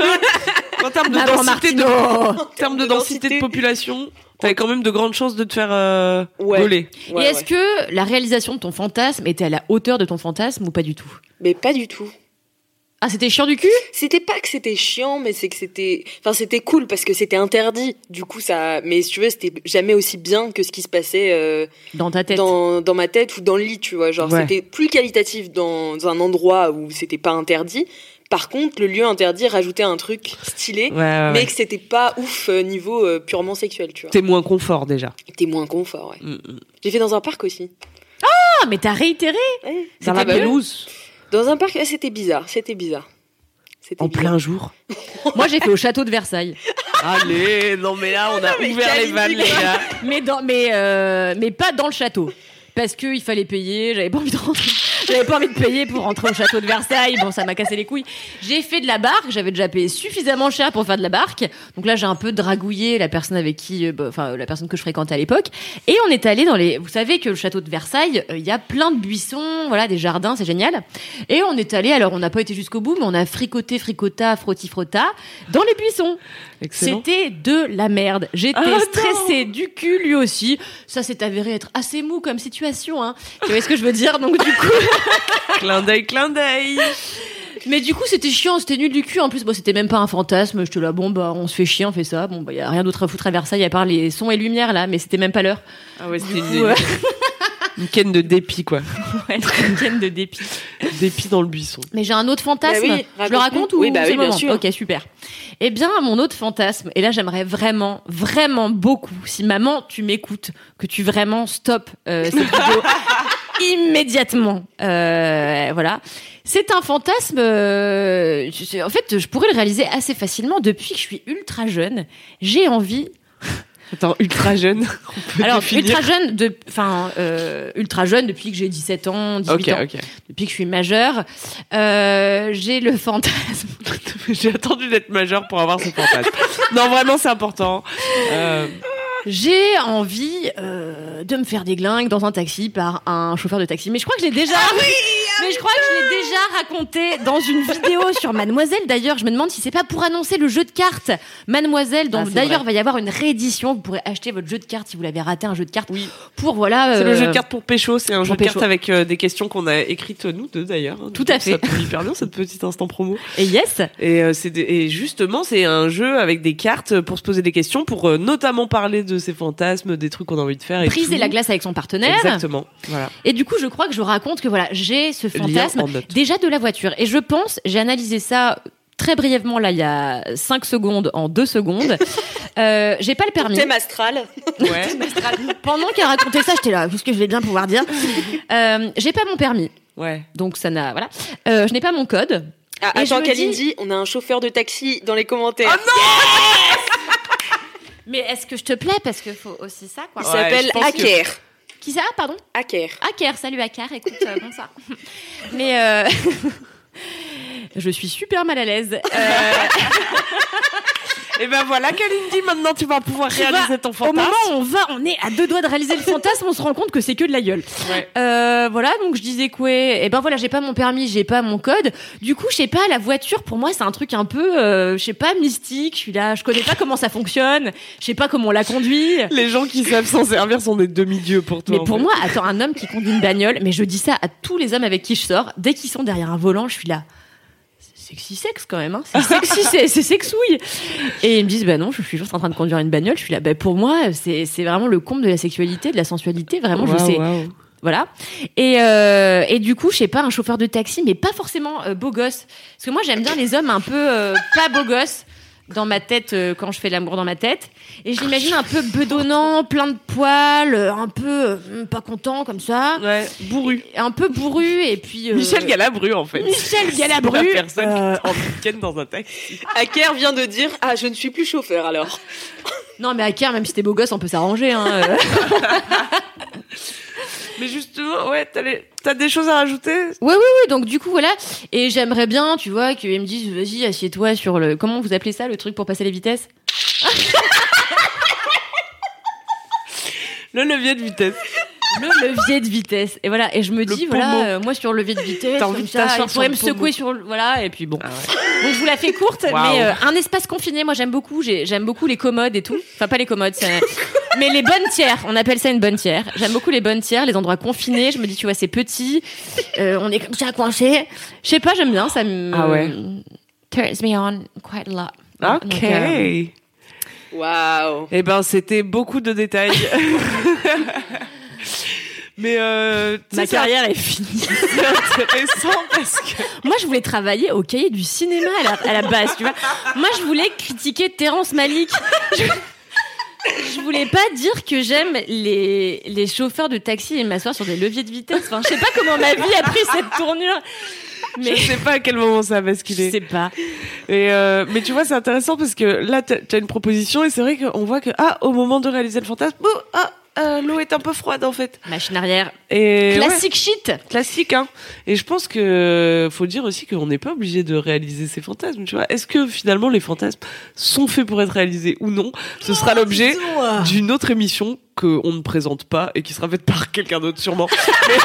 En termes de
Maman
densité de,
Martino.
en termes de densité de population, t'avais quand même de grandes chances de te faire euh,
Ouais.
gauler.
Ouais,
Et est-ce
ouais.
que la réalisation de ton fantasme était à la hauteur de ton fantasme ou pas du tout?
Mais pas du tout.
Ah, c'était chiant du cul?
C'était pas que c'était chiant, mais c'est que c'était. Enfin, c'était cool parce que c'était interdit. Du coup, ça. Mais si tu veux, c'était jamais aussi bien que ce qui se passait euh,
Dans ta tête.
dans, dans ma tête ou dans le lit, tu vois. Genre,
Ouais.
c'était plus qualitatif dans un endroit où c'était pas interdit. Par contre, le lieu interdit rajoutait un truc stylé,
Ouais, ouais,
mais
ouais.
que c'était pas ouf euh, niveau euh, purement sexuel, tu vois.
T'es moins confort déjà.
T'es moins confort, ouais.
Mm, mm.
J'ai fait dans un parc aussi.
Ah, mais t'as réitéré?
Ouais.
Dans la
C'était-
pelouse,
Dans un parc, ouais, c'était bizarre, c'était bizarre. C'était
en
bizarre.
plein jour.
Moi, j'ai fait au château de Versailles.
Allez, non mais là, on a
mais
ouvert les
Camille,
vannes, les gars.
Mais, dans, mais, euh, mais pas dans le château. Parce qu'il fallait payer, j'avais pas envie de rentrer. J'avais pas envie de payer pour rentrer au château de Versailles. Bon, ça m'a cassé les couilles. J'ai fait de la barque, j'avais déjà payé suffisamment cher pour faire de la barque. Donc là, j'ai un peu dragouillé la personne avec qui, euh, bah, enfin, la personne que je fréquentais à l'époque. Et on est allé dans les, vous savez que le château de Versailles, euh, il y a plein de buissons, voilà, des jardins, c'est génial. Et on est allé, alors on n'a pas été jusqu'au bout, mais on a fricoté, fricota, frotti, frotta dans les buissons.
Excellent.
C'était de la merde. J'étais
Ah, non.
stressée du cul, lui aussi. Ça s'est avéré être assez mou comme situation, hein. Tu vois ce que je veux dire? Donc du coup,
Clin d'œil, clin d'œil.
mais du coup, c'était chiant, c'était nul du cul. En plus, bon, c'était même pas un fantasme. J'étais là, bon, bah, on se fait chier, on fait ça. Bon, bah, y a rien d'autre à foutre à Versailles à part les sons et lumières, là. Mais c'était même pas l'heure.
Ah ouais, c'était
Du
une,
coup, euh,
une ken de dépit, quoi.
ouais, c'était une ken de dépit.
Dépit dans le buisson.
Mais j'ai un autre fantasme.
Bah oui,
je le
raconte-nous.
raconte ou
Oui, bah
c'est
oui,
le
bien
moment
sûr.
Ok, super. Eh bien, mon autre fantasme, et là j'aimerais vraiment, vraiment beaucoup, si maman tu m'écoutes, que tu vraiment stoppes euh, cette vidéo immédiatement. Euh, voilà. C'est un fantasme. Euh, je- en fait, je pourrais le réaliser assez facilement depuis que je suis ultra jeune. J'ai envie.
Attends, ultra jeune. On peut
Alors,
définir.
ultra jeune, de, enfin, euh, ultra jeune depuis que j'ai dix-sept ans, dix-huit
Ok,
ans.
ok.
Depuis que je suis majeure, euh, j'ai le fantasme.
J'ai attendu d'être majeur pour avoir ce fantasme. Non, vraiment, c'est important. Euh,
J'ai envie euh, de me faire des glingues dans un taxi par un chauffeur de taxi. Mais je crois que je l'ai déjà. Ah oui, mais je crois que je l'ai déjà raconté dans une vidéo sur Mademoiselle. D'ailleurs, je me demande si c'est pas pour annoncer le jeu de cartes Mademoiselle. dont
Ah, c'est
d'ailleurs
vrai.
va y avoir une réédition. Vous pourrez acheter votre jeu de cartes si vous l'avez raté un jeu de cartes. Oui. Pour voilà.
c'est
euh,
le jeu de cartes pour pécho. C'est un jeu de
pécho.
cartes avec euh, des questions qu'on a écrites nous deux d'ailleurs.
Tout à fait.
Ça tombe hyper bien, cette petite instant promo.
Et yes.
Et, euh, c'est des- et justement, c'est un jeu avec des cartes pour se poser des questions, pour euh, notamment parler de ses fantasmes, des trucs qu'on a envie de faire. Et
Briser
tout.
la glace avec son partenaire.
Exactement. Voilà.
Et du coup, je crois que je raconte que voilà, j'ai ce
Lien
fantasme
en note.
déjà de la voiture. Et je pense, j'ai analysé ça très brièvement là, il y a cinq secondes, en deux secondes. Euh, j'ai pas le permis.
Thème astral.
Ouais.
Pendant qu'elle racontait ça, j'étais là, qu'est-ce que je vais bien pouvoir dire euh, J'ai pas mon permis,
Ouais.
donc ça n'a voilà. Euh, je n'ai pas mon code.
Ah,
Et je
attends,
me
Kalindi,
dis-
on a un chauffeur de taxi dans les commentaires.
Mais est-ce que je te plais parce qu'il faut aussi ça quoi.
Il
Ouais,
s'appelle
je pense que-
Hacker.
Qui ça pardon
Hacker.
Hacker, salut Hacker, écoute, euh, bon ça. Mais euh... je suis super mal à l'aise. Euh...
Et ben voilà, Kalindi, maintenant tu vas pouvoir
Tu
réaliser
vois,
ton
Au
fantasme.
moment où on va, on est à deux doigts de réaliser le fantasme, on se rend compte que c'est que de la gueule.
Ouais.
Euh, voilà, donc je disais quoi et ben voilà, j'ai pas mon permis, j'ai pas mon code. Du coup, je sais pas, la voiture pour moi c'est un truc un peu, euh, je sais pas, mystique. Je suis là, je connais pas comment ça fonctionne, je sais pas comment on la conduit.
Les gens qui savent s'en servir sont des demi-dieux pour toi.
Mais
en
pour
fait.
moi, attends, un homme qui conduit une bagnole, mais je dis ça à tous les hommes avec qui je sors, dès qu'ils sont derrière un volant, je suis là. C'est sexy sexe quand même, hein. C'est sexy, c'est, c'est sexouille. Et ils me disent, bah non, je suis juste en train de conduire une bagnole. Je suis là, bah pour moi, c'est, c'est vraiment le comble de la sexualité, de la sensualité. Vraiment, je
Waouh,
sais.
waouh.
Voilà. Et, euh, et du coup, je sais pas, un chauffeur de taxi, mais pas forcément euh, beau gosse. Parce que moi, j'aime bien les hommes un peu euh, pas beau gosse. dans ma tête euh, quand je fais l'amour dans ma tête. Et je l'imagine un peu bedonnant, plein de poils, euh, un peu euh, pas content comme ça.
Ouais, bourru.
Et un peu bourru et puis... euh,
Michel Galabru, en fait.
Michel Galabru.
C'est la personne
euh,
qui est en week-end dans un taxi.
Aker vient de dire « Ah, je ne suis plus chauffeur, alors.
Non, mais Aker, même si t'es beau gosse, on peut s'arranger. Hein, euh.
Mais justement, ouais, t'as, les... t'as des choses à rajouter?
Oui, oui, oui. Donc, du coup, voilà. Et j'aimerais bien, tu vois, qu'ils me disent, vas-y, assieds-toi sur le... Comment vous appelez ça, le truc pour passer les vitesses?
Le levier de vitesse.
Le levier de vitesse. Et voilà. Et je me
Le
dis,
pommeau.
voilà, euh, moi, sur le levier de vitesse,
T'as envie
comme
de
ça,
t'asseoir
il pourrait
sur
me
le pommeau.
secouer sur le... Voilà. Et puis, bon.
Ah ouais.
Donc, je vous la fais courte.
Waouh.
Mais euh, un espace confiné, moi, j'aime beaucoup. J'ai... J'aime beaucoup les commodes et tout. Enfin, pas les commodes, c'est... mais les bonnes tières. On appelle ça une bonne tière. J'aime beaucoup les bonnes tières, les endroits confinés. Je me dis, tu vois, c'est petit. Euh, on est comme ça coincé. Je sais pas, j'aime bien. Ça me...
Ah ouais.
turns me on quite a lot.
Ok.
Donc, euh, »
Waouh.
Eh ben, c'était beaucoup de détails. Mais euh, tu
Ma
sais,
carrière est finie.
c'est intéressant parce que
Moi, je voulais travailler au cahier du cinéma à la, à la base, tu vois. Moi, je voulais critiquer Terrence Malick. Je, je voulais pas dire que j'aime les, les chauffeurs de taxi et m'asseoir sur des leviers de vitesse. Enfin, je sais pas comment ma vie a pris cette tournure. Mais
je sais pas à quel moment ça a
je
basculé.
sais pas.
Et euh, mais tu vois, c'est intéressant parce que là, t'as, t'as une proposition et c'est vrai qu'on voit que ah, au moment de réaliser le fantasme, oh, ah, euh, l'eau est un peu froide en fait.
Machine arrière.
Et
Classique shit.
ouais, classique, hein. Et je pense que faut dire aussi qu'on n'est pas obligé de réaliser ces fantasmes. Tu vois, est-ce que finalement les fantasmes sont faits pour être réalisés ou non? Ce sera l'objet d'une autre émission que on ne présente pas et qui sera faite par quelqu'un d'autre sûrement. Mais...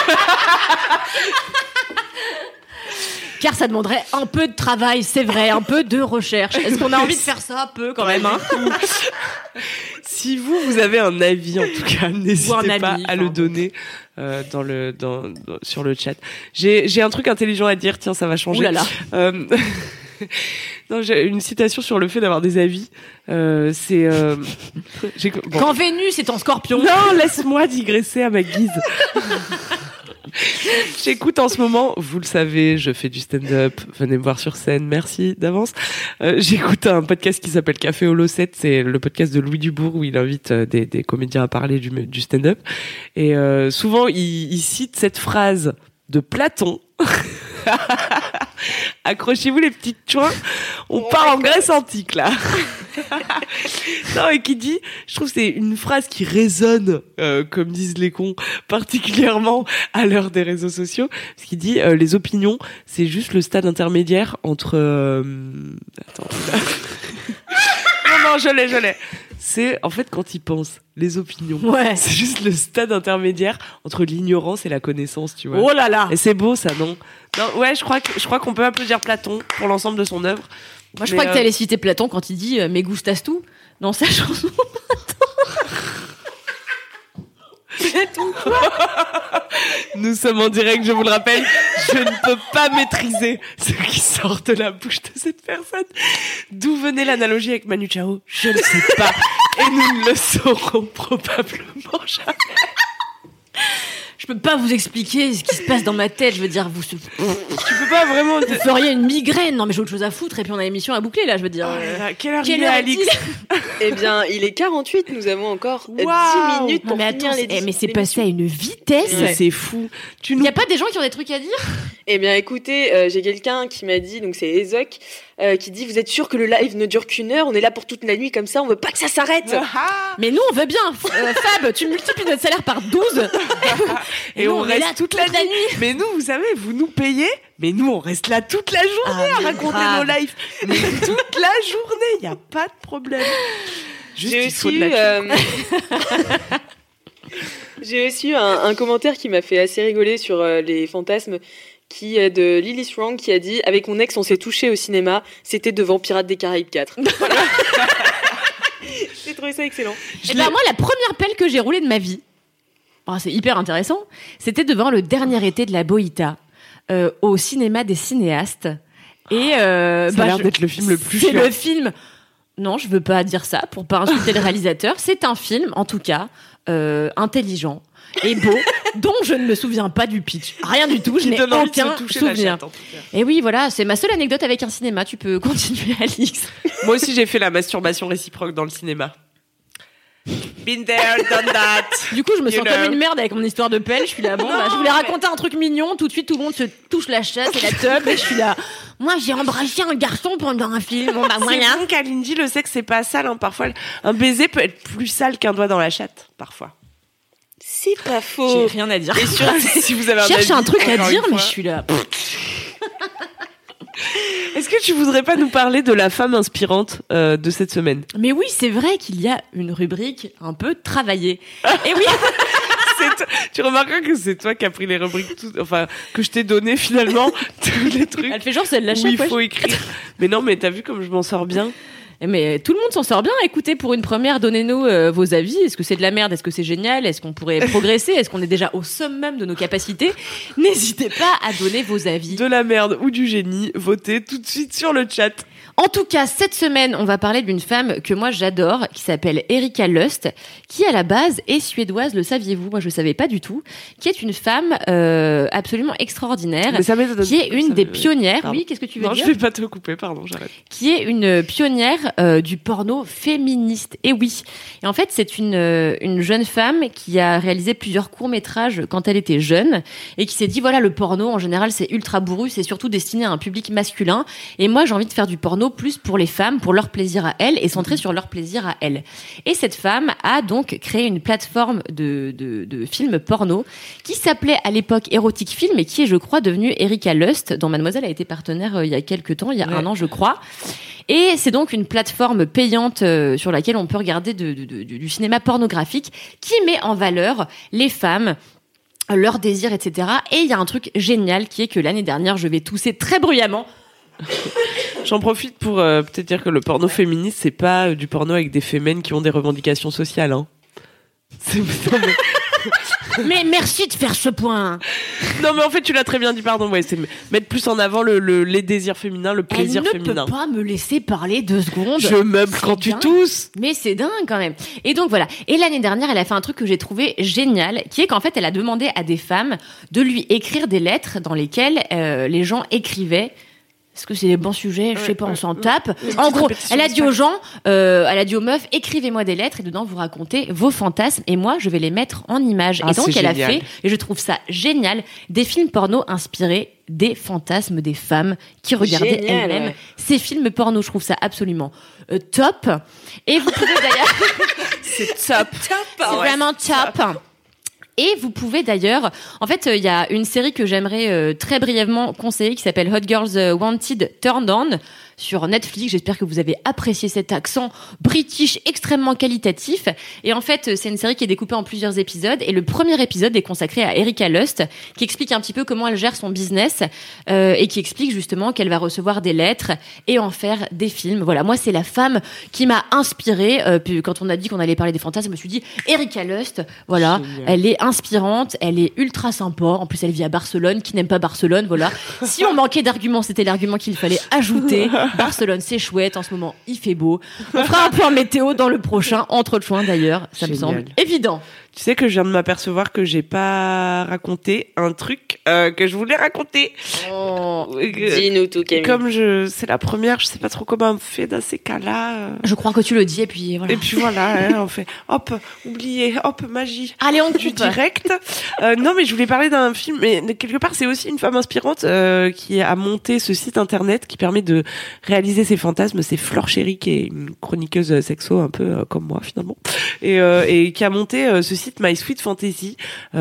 Car ça demanderait un peu de travail, c'est vrai, un peu de recherche. Est-ce qu'on a envie de faire ça? Peu quand même, hein.
Si vous, vous avez un avis, en tout cas, n'hésitez
ami,
pas à le
enfin,
donner euh, dans le, dans, dans- sur le chat. J'ai, j'ai un truc intelligent à dire, tiens, ça va changer.
Ouh là là.
Euh, non, j'ai une citation sur le fait d'avoir des avis. Euh, c'est... Euh... j'ai- bon.
Quand Vénus est en scorpion.
Non, laisse-moi digresser à ma guise. J'écoute en ce moment, vous le savez, je fais du stand-up, venez me voir sur scène, merci d'avance. Euh, j'écoute un podcast qui s'appelle Café Holo sept, c'est le podcast de Louis Dubourg où il invite euh, des, des comédiens à parler du, du stand-up. Et euh, souvent, il, il cite cette phrase de Platon. Accrochez-vous les petites chouins, on part en Grèce antique là. Non, et qui dit, je trouve que c'est une phrase qui résonne, euh, comme disent les cons, particulièrement à l'heure des réseaux sociaux, parce qu'il dit euh, les opinions, c'est juste le stade intermédiaire entre. Euh... Attends. non, non, je l'ai, je l'ai. C'est en fait quand ils pensent, les opinions.
Ouais.
C'est juste le stade intermédiaire entre l'ignorance et la connaissance, tu vois.
Oh là là.
Et c'est beau ça, non? Non, ouais, je crois que je crois qu'on peut applaudir Platon pour l'ensemble de son œuvre.
Moi, je
Mais,
crois que
euh,
t'allais citer Platon quand il dit euh, Me gustas tu dans sa chanson.
Nous sommes en direct, je vous le rappelle. Je ne peux pas maîtriser ce qui sort de la bouche de cette personne. D'où venait l'analogie avec Manu Chao? Je ne sais pas. Et nous ne le saurons probablement jamais.
Je peux pas vous expliquer ce qui se passe dans ma tête. Je veux dire, vous,
Tu peux pas vraiment...
vous feriez une migraine. Non, mais j'ai autre chose à foutre. Et puis on a l'émission à boucler là. Je veux dire. euh,
Quelle heure
Quelle
il est,
heure
Alix?
est-il
Eh bien, il est quarante-huit, nous avons encore euh,
Waouh.
dix minutes
Non,
pour
mais
finir
attends,
les
c'est- eh, mais c'est
l'émission.
passé à une vitesse.
Mais C'est fou. Tu
Il
nous...
y a pas des gens qui ont des trucs à dire?
Eh bien, écoutez, euh, j'ai quelqu'un qui m'a dit, donc c'est Ezoc, euh, qui dit, vous êtes sûr que le live ne dure qu'une heure? On est là pour toute la nuit comme ça, on veut pas que ça s'arrête.
Ah.
Mais nous, on veut bien. Euh, Fab, tu multiplies notre salaire par douze.
Et
nous,
on
est
reste
là
toute la nuit. Mais nous, vous savez, vous nous payez, mais nous, on reste là toute la journée
Ah,
à
mais
raconter
grave.
nos lives. Mais toute la journée, il n'y a pas de problème. Juste,
J'ai
il faut
aussi
de
eu,
la thune.
euh, j'ai aussi eu un, un commentaire qui m'a fait assez rigoler sur euh, les fantasmes, qui est de Lily Strong, qui a dit, avec mon ex, on s'est touché au cinéma, c'était devant Pirates des Caraïbes quatre. Voilà. J'ai trouvé ça excellent.
Je
Et ben
l'ai-
moi, la première pelle que j'ai roulée de ma vie, oh, c'est hyper intéressant, c'était devant le dernier été de la Boïta, euh, au cinéma des cinéastes. Et euh,
Ça a l'air
je-
d'être le film le plus
C'est
chiant.
le film. Non, je veux pas dire ça pour pas insulter le réalisateur. C'est un film, en tout cas, euh, intelligent. et beau, dont je ne me souviens pas du pitch. Rien du tout, je
Qui
n'ai
donne envie de se
aucun
toucher la
souvenir.
chatte, en tout cas.
Et oui, voilà, c'est ma seule anecdote avec un cinéma. Tu peux continuer, Alix.
Moi aussi, j'ai fait la masturbation réciproque dans le cinéma. Been there, done that.
Du coup, je me
You
sens
know.
comme une merde avec mon histoire de pelle. Je suis là, bon, bah, je voulais raconter un truc mignon. Tout de suite, tout le monde se touche la chatte et la teub. Et je suis là, moi, j'ai embrassé un garçon pendant un film. Bon, bah,
C'est
voilà.
bon, Kalindi, le sexe, c'est pas sale. Hein. Parfois, un baiser peut être plus sale qu'un doigt dans la chatte. Parfois.
C'est pas
J'ai
faux.
rien à dire.
Et surtout, si vous avez un
Je cherche un
avis,
truc à
encore
dire,
une
mais
fois.
je suis là.
Est-ce que tu voudrais pas nous parler de la femme inspirante euh, de cette semaine?
Mais oui, c'est vrai qu'il y a une rubrique un peu travaillée. Et oui,
C'est toi- Tu remarqueras que c'est toi qui as pris les rubriques, tout- enfin que je t'ai donné finalement tous les trucs
elle fait genre, c'est de la
où
chaque
il
fois.
faut écrire. Mais non, mais t'as vu comme je m'en sors bien?
Mais tout le monde s'en sort bien. Écoutez, pour une première, donnez-nous euh, vos avis. Est-ce que c'est de la merde? Est-ce que c'est génial? Est-ce qu'on pourrait progresser? Est-ce qu'on est déjà au summum de nos capacités? N'hésitez pas à donner vos avis.
De la merde ou du génie, votez tout de suite sur le chat.
En tout cas, cette semaine, on va parler d'une femme que moi j'adore, qui s'appelle Erika Lust, qui à la base est suédoise, le saviez-vous? Moi je savais pas du tout, qui est une femme euh, absolument extraordinaire,
Mais ça m'étonne.
qui est une
Ça
des
me-
pionnières.
Pardon.
Oui, qu'est-ce que tu veux
Non,
dire?
je vais pas te couper, pardon, j'arrête.
Qui est une pionnière euh, du porno féministe. Et oui. Et en fait, c'est une euh, une jeune femme qui a réalisé plusieurs courts-métrages quand elle était jeune et qui s'est dit voilà, le porno en général, c'est ultra bourru, c'est surtout destiné à un public masculin et moi j'ai envie de faire du porno plus pour les femmes, pour leur plaisir à elles et centré sur leur plaisir à elles. Et cette femme a donc créé une plateforme de de, de films porno qui s'appelait à l'époque Erotic Film et qui est, je crois, devenue Erika Lust, dont Mademoiselle a été partenaire euh, il y a quelques temps, il y a
Ouais.
un an, je crois. Et c'est donc une plateforme payante euh, sur laquelle on peut regarder de, de, de- du cinéma pornographique qui met en valeur les femmes, leurs désirs, et cetera. Et il y a un truc génial qui est que l'année dernière, je vais tousser très bruyamment.
J'en profite pour euh, peut-être dire que le porno féministe, c'est pas euh, du porno avec des fémènes qui ont des revendications sociales. Hein. C'est... Non, mais...
Mais merci de faire ce point.
non, mais en fait, tu l'as très bien dit, pardon. Ouais, c'est mettre plus en avant le, le- les désirs féminins, le plaisir
Elle ne
féminin.
peut pas me laisser parler deux secondes.
Je meuble quand tu
dingue.
tousses.
Mais c'est dingue quand même. Et donc voilà. Et l'année dernière, elle a fait un truc que j'ai trouvé génial, qui est qu'en fait, elle a demandé à des femmes de lui écrire des lettres dans lesquelles euh, les gens écrivaient. Est-ce que c'est des bons sujets? Je sais pas, on s'en tape. En gros, elle a dit aux gens, euh, elle a dit aux meufs, écrivez-moi des lettres et dedans vous racontez vos fantasmes et moi je vais les mettre en images.
Ah,
et donc
c'est
elle
génial.
a fait, et je trouve ça génial, des films porno inspirés des fantasmes des femmes qui regardaient
Génial,
elles-mêmes
ouais.
ces films porno. Je trouve ça absolument euh, top. Et vous pouvez d'ailleurs,
C'est top.
c'est vraiment top. Et vous pouvez d'ailleurs, en fait, il y a une série que j'aimerais euh, très brièvement conseiller qui s'appelle Hot Girls euh, Wanted Turned On sur Netflix. J'espère que vous avez apprécié cet accent british extrêmement qualitatif. Et en fait, c'est une série qui est découpée en plusieurs épisodes. Et le premier épisode est consacré à Erika Lust, qui explique un petit peu comment elle gère son business euh, et qui explique justement qu'elle va recevoir des lettres et en faire des films. Voilà, moi, c'est la femme qui m'a inspirée. Euh, puis quand on a dit qu'on allait parler des fantasmes, je me suis dit, Erika Lust, voilà,
Génial.
elle est inspirante, elle est ultra sympa. En plus, elle vit à Barcelone. Qui n'aime pas Barcelone, voilà. Si on manquait d'arguments, c'était l'argument qu'il fallait ajouter. Barcelone, c'est chouette. En ce moment, il fait beau. On fera un point météo dans le prochain Entre Chouins, d'ailleurs. Ça me
Génial.
semble évident.
Tu sais que je viens de m'apercevoir que j'ai pas raconté un truc euh, que je voulais raconter.
Oh.
Euh,
Dis-nous tout, Camille.
Comme je, c'est la première, je sais pas trop comment on fait dans ces cas-là. euh.
Je crois que tu le dis, et puis voilà.
Et puis voilà, hein, on fait hop, oubliez, hop, magie.
Allez, on
Du
coupe.
direct. Euh, non, mais je voulais parler d'un film, mais quelque part, c'est aussi une femme inspirante euh, qui a monté ce site internet qui permet de réaliser ses fantasmes. C'est Flore Chéri, qui est une chroniqueuse sexo, un peu euh, comme moi finalement, et, euh, et qui a monté euh, ce site My Sweet Fantasy.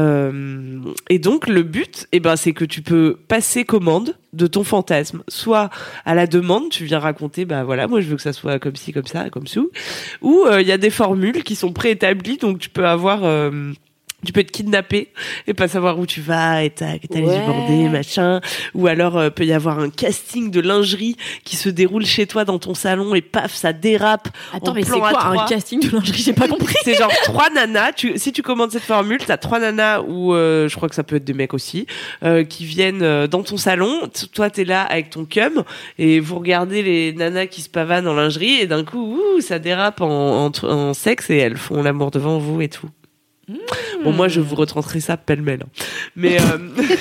Euh, et donc, le but, eh ben, c'est que tu peux passer commande de ton fantasme, soit à la demande, tu viens raconter, bah voilà, moi je veux que ça soit comme ci, comme ça, comme ça, ou il euh, y a des formules qui sont préétablies, donc tu peux avoir euh, tu peux être kidnappé et pas savoir où tu vas et t'as, et t'as les
Ouais.
yeux bandés, machin. Ou alors, euh, peut y avoir un casting de lingerie qui se déroule chez toi dans ton salon et paf, ça dérape.
Attends,
en
mais c'est
plan à
quoi un
trois.
casting de lingerie? J'ai pas compris.
C'est genre trois nanas. Tu, si tu commandes cette formule, t'as trois nanas ou euh, je crois que ça peut être des mecs aussi euh, qui viennent euh, dans ton salon. T- Toi, t'es là avec ton cum et vous regardez les nanas qui se pavanent en lingerie et d'un coup, ouh, ça dérape en, en, en sexe et elles font l'amour devant vous et tout. Mmh. Bon, moi, je vous retranscris ça pêle-mêle. hein. Mais euh...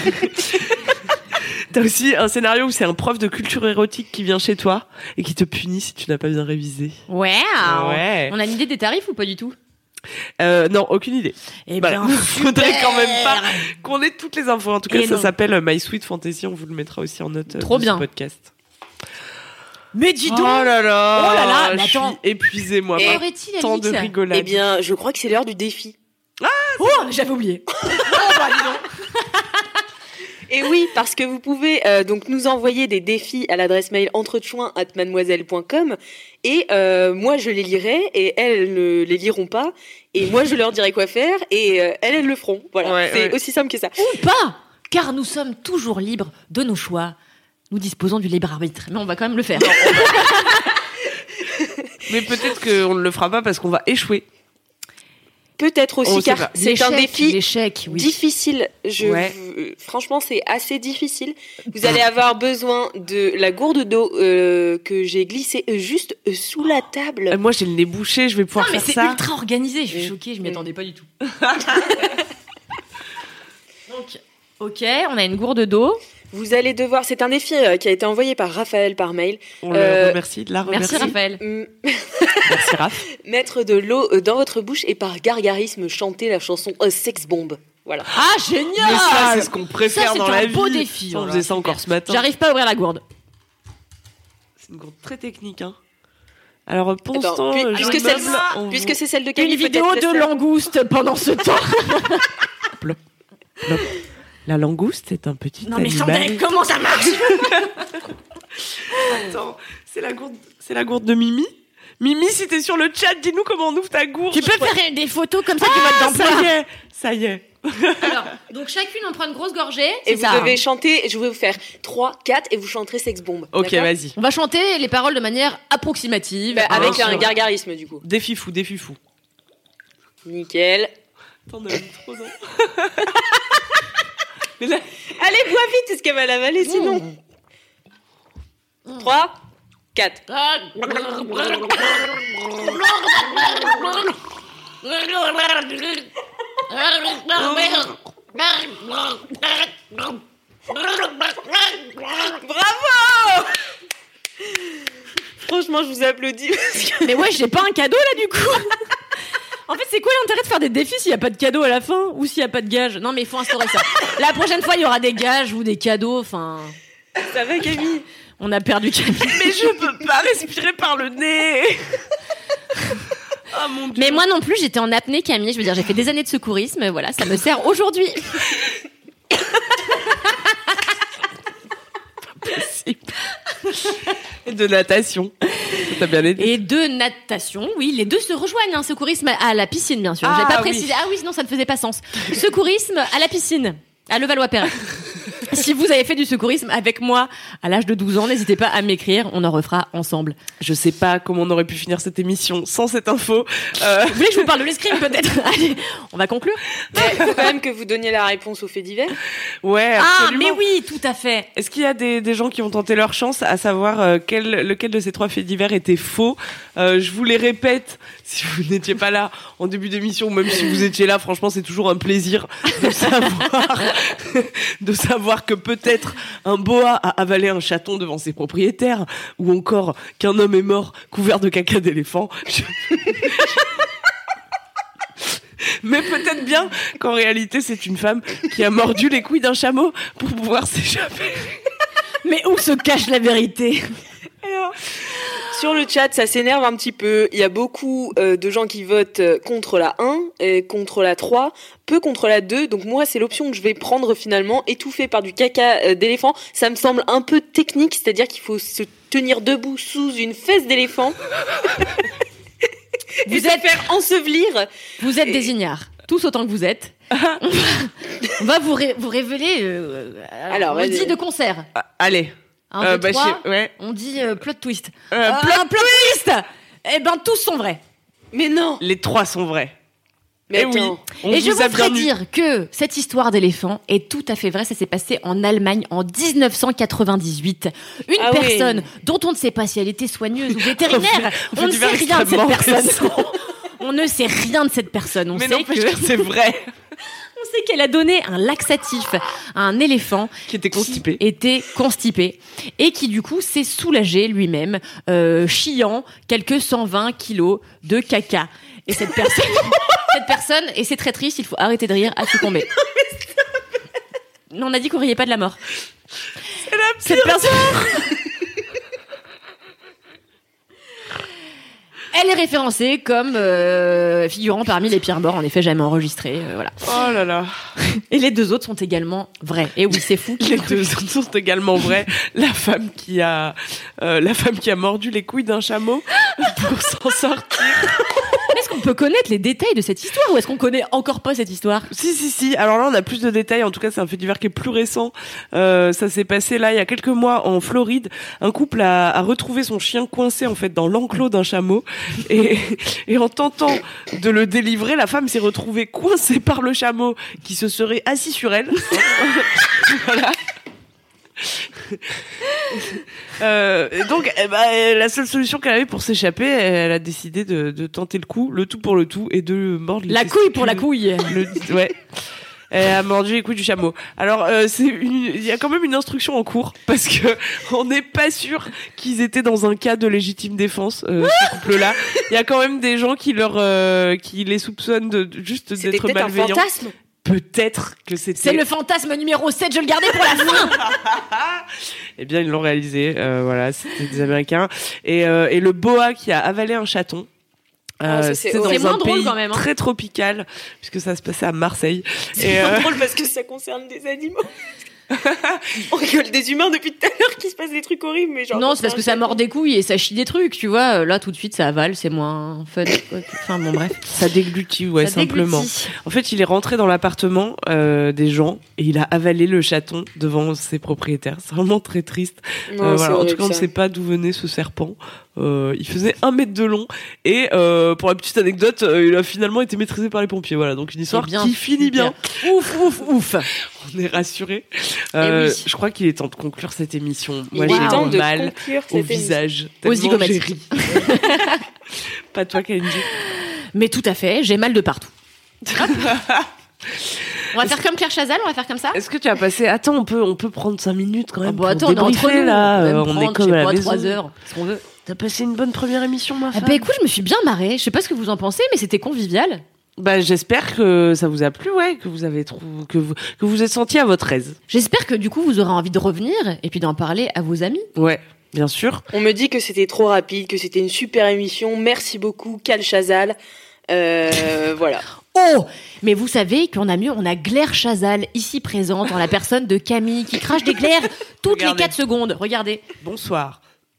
t'as aussi un scénario où c'est un prof de culture érotique qui vient chez toi et qui te punit si tu n'as pas bien révisé.
Wow.
Ouais.
On a une idée des tarifs ou pas du tout?
Euh, non, aucune idée.
Eh
Voilà.
ben,
Faudrait quand même pas qu'on ait toutes les infos. En tout cas,
Et
ça
non.
s'appelle My Sweet Fantasy. On vous le mettra aussi en note
Trop
de
bien.
ce podcast.
Mais dis donc.
Oh là là.
Oh là là, mais
je suis
attends.
épuisée, moi.
Et
par
Aurait-il,
tant de
Alix
rigolade.
Eh bien, je crois que c'est l'heure du défi.
Oh, j'avais oublié. Oh, bah, dis donc.
Et oui, parce que vous pouvez euh, donc nous envoyer des défis à l'adresse mail entrechoin arobase mademoiselle point com et euh, moi je les lirai et elles ne les liront pas et moi je leur dirai quoi faire et euh, elles elles le feront. Voilà,
Ouais,
c'est
ouais.
aussi simple que ça.
Ou pas, car nous sommes toujours libres de nos choix. Nous disposons du libre arbitre, mais on va quand même le faire.
Mais peut-être qu'on ne le fera pas parce qu'on va échouer.
Peut-être aussi
On sait
car
pas.
c'est un
L'échec,
défi
L'échec, oui.
difficile. Je,
Ouais.
euh, franchement, c'est assez difficile. Vous allez avoir besoin de la gourde d'eau euh, que j'ai glissée euh, juste euh, sous la table.
Euh, Moi, j'ai le nez bouché. Je vais pouvoir
Non, mais
faire
c'est
ça.
ultra organisé. Je suis
Mm.
choquée, je m'y
Mm.
attendais pas du tout. Donc, ok, on a une gourde d'eau.
Vous allez devoir. C'est un défi euh, qui a été envoyé par Raphaël par mail.
On le
Euh,
remercie. De la remercie.
Merci Raphaël.
Mm,
Merci Raph.
Mettre de l'eau euh, dans votre bouche et par gargarisme chanter la chanson euh, Sex Bomb. Voilà.
Ah,
Mais
génial.
ça, c'est ce qu'on préfère
Ça, c'est
dans
un
la vie.
beau défi,
Ça, on
voilà.
faisait ça encore ce matin.
J'arrive pas à ouvrir la gourde.
C'est une gourde très technique, hein. Alors, pour
Attends,
l'instant,
puis-
euh,
puisque
je
c'est
meuble, on
puisque
vous-
c'est celle de
Une
Camille,
vidéo
peut-être
de
laisse-la.
langouste pendant ce temps.
Plop. La langouste est un petit
Non mais
animal.
Chandelle, comment ça marche?
Attends, c'est la gourde, c'est la gourde de Mimi. Mimi, si t'es sur le chat, dis-nous comment on ouvre ta gourde.
Tu peux faire des photos comme ça du
Ah,
mode
ça
d'emploi.
y est, ça y est.
Alors, donc chacune on prend une grosse gorgée.
Et
C'est
vous
ça.
devez
hein.
chanter, je vais vous faire trois, quatre et vous chanterez Sex Bomb.
Ok,
d'accord
vas-y.
On va chanter les paroles de manière approximative.
Bah, avec
Bien
un
sûr.
gargarisme du coup.
Défi fou, défi fou.
Nickel.
T'en as mis trop dans. Mais là,
Allez, bois vite, est-ce qu'elle va l'avaler sinon trois, quatre. Bravo. Franchement, je vous applaudis. parce que-
Mais ouais, j'ai pas un cadeau là du coup. En fait, c'est quoi l'intérêt de faire des défis s'il y a pas de cadeau à la fin ou s'il y a pas de gage? Non, mais il faut instaurer ça. La prochaine fois, il y aura des gages ou des cadeaux. Enfin,
Ça va, Camille?
on a perdu Camille.
mais je peux pas respirer par le nez. Ah mon dieu.
Mais moi non plus, j'étais en apnée, Camille. Je veux dire, j'ai fait des années de secourisme. Voilà, ça me sert aujourd'hui.
Et de natation. Ça t'a bien aidé.
Et de natation, oui, les deux se rejoignent. Hein. Secourisme à la piscine, bien sûr.
Ah,
J'ai pas
oui.
précisé. Ah oui, sinon ça ne faisait pas sens. Secourisme à la piscine, à Levallois-Perret. Si vous avez fait du secourisme avec moi à l'âge de douze ans, n'hésitez pas à m'écrire. On en refera ensemble.
Je sais pas comment on aurait pu finir cette émission sans cette info. Euh,
Vous voulez que je vous parle de l'escrime peut-être? Allez, on va conclure.
Il faut quand même que vous donniez la réponse aux faits divers.
ouais,
Ah,
absolument.
mais oui, tout à fait.
Est-ce qu'il y a des, des gens qui ont tenté leur chance à savoir euh, quel, lequel de ces trois faits divers était faux? euh, Je vous les répète, si vous n'étiez pas là en début d'émission, ou même si vous étiez là, franchement, c'est toujours un plaisir de savoir, de savoir que peut-être un boa a avalé un chaton devant ses propriétaires, ou encore qu'un homme est mort couvert de caca d'éléphant. Je- Mais peut-être bien qu'en réalité, c'est une femme qui a mordu les couilles d'un chameau pour pouvoir s'échapper.
Mais où se cache la vérité?
Alors, sur le chat, ça s'énerve un petit peu. Il y a beaucoup euh, de gens qui votent euh, contre la un, et contre la trois, peu contre la deux. Donc moi, c'est l'option que je vais prendre finalement, étouffée par du caca euh, d'éléphant. Ça me semble un peu technique, c'est-à-dire qu'il faut se tenir debout sous une fesse d'éléphant.
Vous
et se
êtes-
faire ensevelir.
Vous êtes des ignares, tous autant que vous êtes. on va, on va vous, ré- vous révéler. Euh, alors,
Alors,
on
vas-y.
dit de concert.
Ah, allez.
Un,
Euh,
deux,
bah,
trois.
je- ouais.
On dit euh, plot twist.
Euh,
Euh,
plot-
un plot twist. Eh ben, tous sont vrais.
Mais non.
Les trois sont vrais.
Mais
Eh oui.
attends.
On
Et je
vous
vous
a
ferai
bien eu.
dire que cette histoire d'éléphant est tout à fait vraie. Ça s'est passé en Allemagne en dix-neuf cent quatre-vingt-dix-huit. Une
Ah oui.
personne dont on ne sait pas si elle était soigneuse ou vétérinaire.
Fait
on ne sait
divers
rien de cette
extrêmement
personne.
récent.
On ne sait rien de cette personne. On
Mais
sait
n'empêche
que...
que c'est vrai.
On sait qu'elle a donné un laxatif à un éléphant
Qui était constipé.
Qui était constipé et qui du coup s'est soulagé lui-même, euh, chiant quelques cent vingt kilos de caca. Et cette personne, cette personne, et c'est très triste, il faut arrêter de rire, a succombé. Non, on a dit qu'on riait pas de la mort.
C'est la pire
Cette personne. Elle est référencée comme euh, figurant parmi les pires morts, en effet, jamais enregistrées. Euh, voilà.
Oh là là.
Et les deux autres sont également vrais. Et oui, c'est fou.
Les deux autres sont également vrais. La femme qui a, euh, la femme qui a mordu les couilles d'un chameau pour s'en sortir.
Est-ce qu'on peut connaître les détails de cette histoire ou est-ce qu'on connaît encore pas cette histoire ?
Si, si, si. Alors là, on a plus de détails. En tout cas, c'est un fait divers qui est plus récent. Euh, ça s'est passé là, il y a quelques mois, en Floride. Un couple a, a retrouvé son chien coincé, en fait, dans l'enclos d'un chameau. Et, et en tentant de le délivrer, la femme s'est retrouvée coincée par le chameau qui se serait assis sur elle. Voilà. Euh, et donc, eh ben, la seule solution qu'elle avait pour s'échapper, elle a décidé de, de tenter le coup, le tout pour le tout, et de mordre les
La couille pour la couille.
Le, ouais. Elle a mordu les couilles du chameau. Alors, euh, c'est une, il y a quand même une instruction en cours parce que on n'est pas sûr qu'ils étaient dans un cas de légitime défense. Euh, ce couple-là, il y a quand même des gens qui leur, euh, qui les soupçonnent de, de juste
C'était
d'être
peut-être un
malveillants.
fantasme.
Peut-être que c'était.
C'est le fantasme numéro sept, je le gardais pour la fin.
Eh bien, ils l'ont réalisé. Euh, voilà, c'était des Américains. Et, euh, et le boa qui a avalé un chaton.
Ah,
Euh,
ça, c'est
c'était dans
horrible.
C'est moins
un
drôle
pays
quand même, hein.
très tropical, puisque ça se passait à Marseille.
C'est
Et,
pas
euh,
drôle parce que ça concerne des animaux. On rigole des humains depuis tout à l'heure qu'il se passe des trucs horribles, mais genre.
Non, c'est parce que ça mord des couilles et ça chie des trucs, tu vois. Là, tout de suite, ça avale, c'est moins fun. Enfin, bon, bref.
ça déglutit, ouais,
Ça
simplement.
déglutit.
En fait, il est rentré dans l'appartement euh, des gens et il a avalé le chaton devant ses propriétaires. C'est vraiment très triste.
Non,
Euh,
c'est
voilà. En tout
horrible,
cas, on ne
ça.
sait pas d'où venait ce serpent. Euh, il faisait un mètre de long et euh, pour la petite anecdote, euh, il a finalement été maîtrisé par les pompiers. Voilà, donc une histoire
Eh bien,
qui finit bien.
Ouf, ouf, ouf.
On est rassurés. Euh,
Eh oui.
Je crois qu'il est temps de conclure cette émission.
Il
Moi,
est
j'ai
temps
eu
de
mal
conclure
au
cette émission.
visage.
Aux
tellement
zygomatiques.
j'ai ri. Pas toi, Kalindi.
Mais tout à fait, j'ai mal de partout. Hop. On va faire comme Claire Chazal, on va faire comme ça.
Est-ce que tu as passé... Attends, on peut, on peut prendre cinq minutes quand même.
Ah bah
pour
attends, on est entre
débriefer,
nous.
là.
On, va
Euh,
même
on est
prendre,
comme
je sais
à la
pas,
maison.
trois heures, ce qu'on veut.
T'as passé une bonne première émission, ma
Ah
femme.
bah écoute, je me suis bien marrée. Je sais pas ce que vous en pensez, mais c'était convivial.
Bah, j'espère que ça vous a plu, ouais, que vous avez trouvé, que vous, que vous êtes senti à votre aise.
J'espère que du coup, vous aurez envie de revenir et puis d'en parler à vos amis.
Ouais, bien sûr.
On me dit que c'était trop rapide, que c'était une super émission. Merci beaucoup, Cal Chazal. Euh, voilà.
Oh, mais vous savez qu'on a mieux, on a Claire Chazal ici présente en la personne de Camille qui crache des glaires toutes
Regardez.
les quatre secondes. Regardez.
Bonsoir.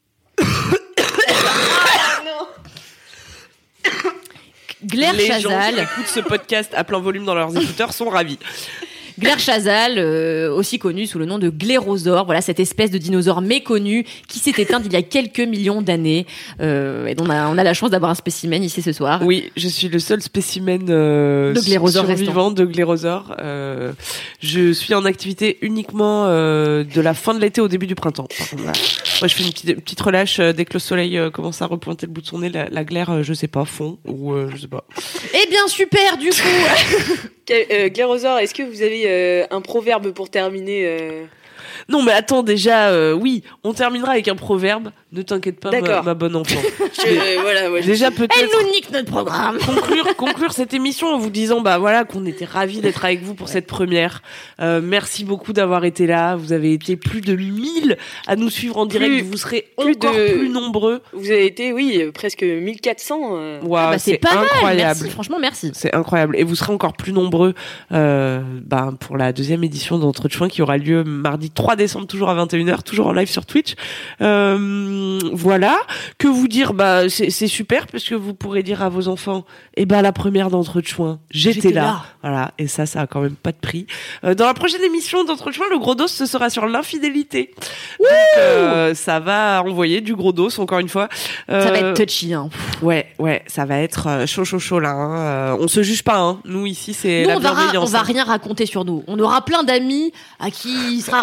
Claire
Les gens qui
Chazal,
écoutent ce podcast à plein volume dans leurs écouteurs sont ravis.
Claire Chazal, euh, aussi connue sous le nom de Glérosaure, voilà cette espèce de dinosaure méconnu qui s'est éteint il y a quelques millions d'années. Euh, et dont on a, on a la chance d'avoir un spécimen ici ce soir.
Oui, je suis le seul spécimen euh,
De Glérosaure
survivant de Glérosaure. Euh, je suis en activité uniquement euh, de la fin de l'été au début du printemps. Par contre, voilà. Moi, je fais une petite, une petite relâche euh, dès que le soleil euh, commence à repointer le bout de son nez. La, la glaire, euh, je sais pas, fond ou euh, je sais pas.
Eh bien super du coup.
Quel- euh, Glérosaure, est-ce que vous avez euh, un proverbe pour terminer euh
Non, mais attends, déjà, euh, oui, on terminera avec un proverbe. Ne t'inquiète pas, ma,
D'accord.
ma bonne enfant.
Je- euh, voilà, ouais.
Déjà,
Elle
peut-être
nous nique notre programme.
conclure, conclure cette émission en vous disant, bah voilà, qu'on était ravis d'être avec vous pour cette première. Euh, merci beaucoup d'avoir été là. Vous avez été plus de mille à nous suivre en direct.
Plus-
vous serez
plus
encore
de-
plus nombreux.
Vous avez été, oui, euh, presque mille quatre cents. euh.
Waouh,
Bah, c'est
c'est
pas mal.
incroyable.
Merci, franchement merci.
C'est incroyable. Et vous serez encore plus nombreux euh, bah, pour la deuxième édition d'Entre Chouins qui aura lieu mardi trois décembre, toujours à vingt et une heures, toujours en live sur Twitch. Euh, voilà. Que vous dire, bah, c'est, c'est super parce que vous pourrez dire à vos enfants, eh ben, la première d'Entre Chouins, j'étais,
J'étais
là.
là.
Voilà. Et ça, ça a quand même pas de prix. Euh, dans la prochaine émission d'Entre Chouins, le gros dos, ce sera sur l'infidélité. Donc, euh, ça va envoyer du gros dos, encore une fois.
Ça va
Euh,
être touchy. Hein.
Ouais, ouais, ça va être euh, chaud, chaud, chaud là. Hein. Euh, on se juge pas, hein. Nous ici, c'est
Nous,
la
on va, ra- on
bienveillance.
va
hein.
rien raconter sur nous. On aura plein d'amis à qui il sera
À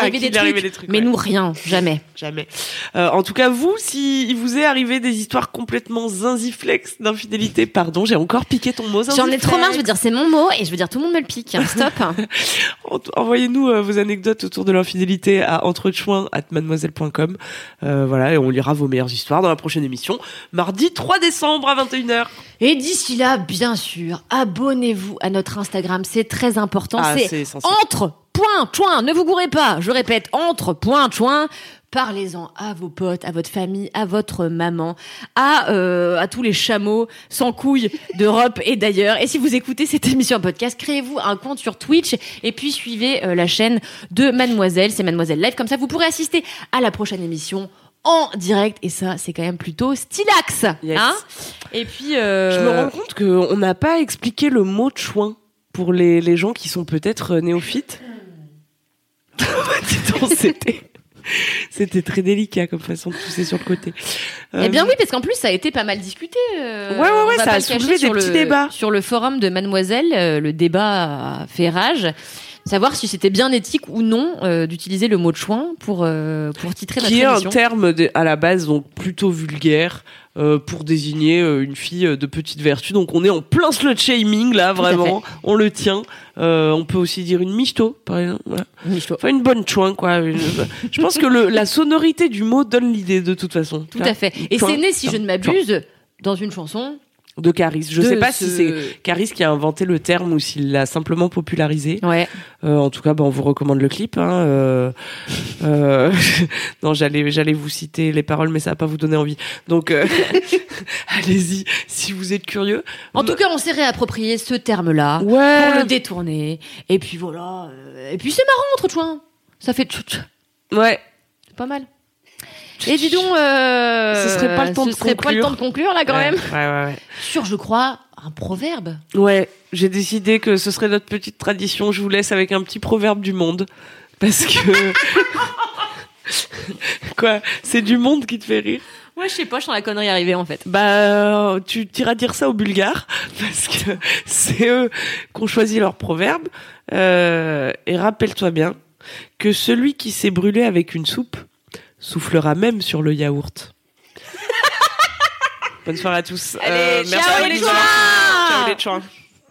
arriver
qu'il
des
est arrivé
trucs,
des trucs,
mais
ouais.
nous rien, jamais.
Jamais. Euh, en tout cas, vous, si il vous est arrivé des histoires complètement zinziflex d'infidélité, pardon, j'ai encore piqué ton mot.
J'en ai trop marre, je veux dire c'est mon mot et je veux dire tout le monde me le pique. Hein. Stop.
Envoyez-nous euh, vos anecdotes autour de l'infidélité à entrechoin arobase mademoiselle point com. Euh, voilà, et on lira vos meilleures histoires dans la prochaine émission, mardi trois décembre à vingt et une heures.
Et d'ici là, bien sûr, abonnez-vous à notre Instagram, c'est très important.
Ah,
c'est,
c'est essentiel.
entre point choin, ne vous gourrez pas. Je répète, entre point choin. Parlez-en à vos potes, à votre famille, à votre maman, à euh, à tous les chameaux sans couilles d'Europe et d'ailleurs. Et si vous écoutez cette émission en podcast, créez-vous un compte sur Twitch et puis suivez euh, la chaîne de Mademoiselle, c'est Mademoiselle Live. Comme ça, vous pourrez assister à la prochaine émission en direct. Et ça, c'est quand même plutôt stylax.
Yes.
Hein et puis... Euh...
Je me rends compte qu'on n'a pas expliqué le mot chouin pour les, les gens qui sont peut-être néophytes. Dis donc, c'était... C'était très délicat comme façon de pousser sur le côté. Euh...
Eh bien oui, parce qu'en plus ça a été pas mal discuté. Euh,
ouais, ouais, ouais, ça a
soulevé
des petits
le,
débats.
Sur le forum de Mademoiselle, euh, le débat a fait rage. Savoir si c'était bien éthique ou non euh, d'utiliser le mot chouin pour, euh, pour titrer notre
émission. Qui est
émission.
un terme de, à la base donc plutôt vulgaire euh, pour désigner euh, une fille de petite vertu. Donc on est en plein slut shaming là, vraiment. On le tient. Euh, on peut aussi dire une michto, par exemple. Voilà.
Michto.
Enfin, une bonne chouin, quoi. Une... Je pense que le, la sonorité du mot donne l'idée de toute façon.
Tout à fait. Et
chouin.
c'est né, si je ne m'abuse, dans une chanson...
De Caris. Je
de
sais pas
ce...
si c'est Caris qui a inventé le terme ou s'il l'a simplement popularisé.
Ouais.
Euh, en tout cas, bah, on vous recommande le clip. Hein. Euh, euh... non, j'allais, j'allais vous citer les paroles, mais ça va pas vous donner envie. Donc, euh... allez-y, si vous êtes curieux.
En tout cas, on s'est réapproprié ce terme-là
Ouais.
pour le détourner. Et puis voilà. Et puis c'est marrant entre chouin. Ça fait tchou tchou.
Ouais.
C'est pas mal. Et dis donc, euh,
ce serait pas le temps
ce
de
serait
conclure.
pas le temps de conclure là quand
ouais,
même.
Ouais, ouais, ouais.
Sur, je crois, un proverbe.
Ouais, j'ai décidé que ce serait notre petite tradition. Je vous laisse avec un petit proverbe du monde. Parce que... Quoi ? C'est du monde qui te fait rire ?
Ouais, je sais pas, je sens la connerie arriver en fait.
Bah, tu iras dire ça aux Bulgares, parce que c'est eux qui ont choisi leur proverbe. Euh, et rappelle-toi bien que celui qui s'est brûlé avec une soupe soufflera même sur le yaourt. Bonne soirée à tous.
Allez,
euh,
ciao
merci
les
beaucoup.
chouins.
Ciao les chouins.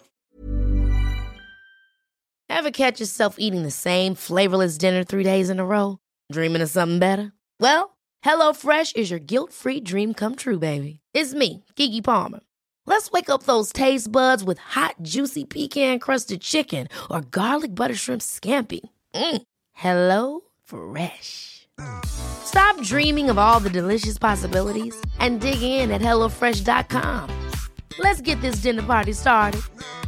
Ever catch yourself eating the same flavorless dinner three days in a row? Dreaming of something better? Well, HelloFresh is your guilt-free dream come true, baby. It's me, Keke Palmer. Let's wake up those taste buds with hot, juicy pecan-crusted chicken or garlic butter shrimp scampi. Mm. Hello Fresh. Stop dreaming of all the delicious possibilities and dig in at hello fresh dot com. Let's get this dinner party started.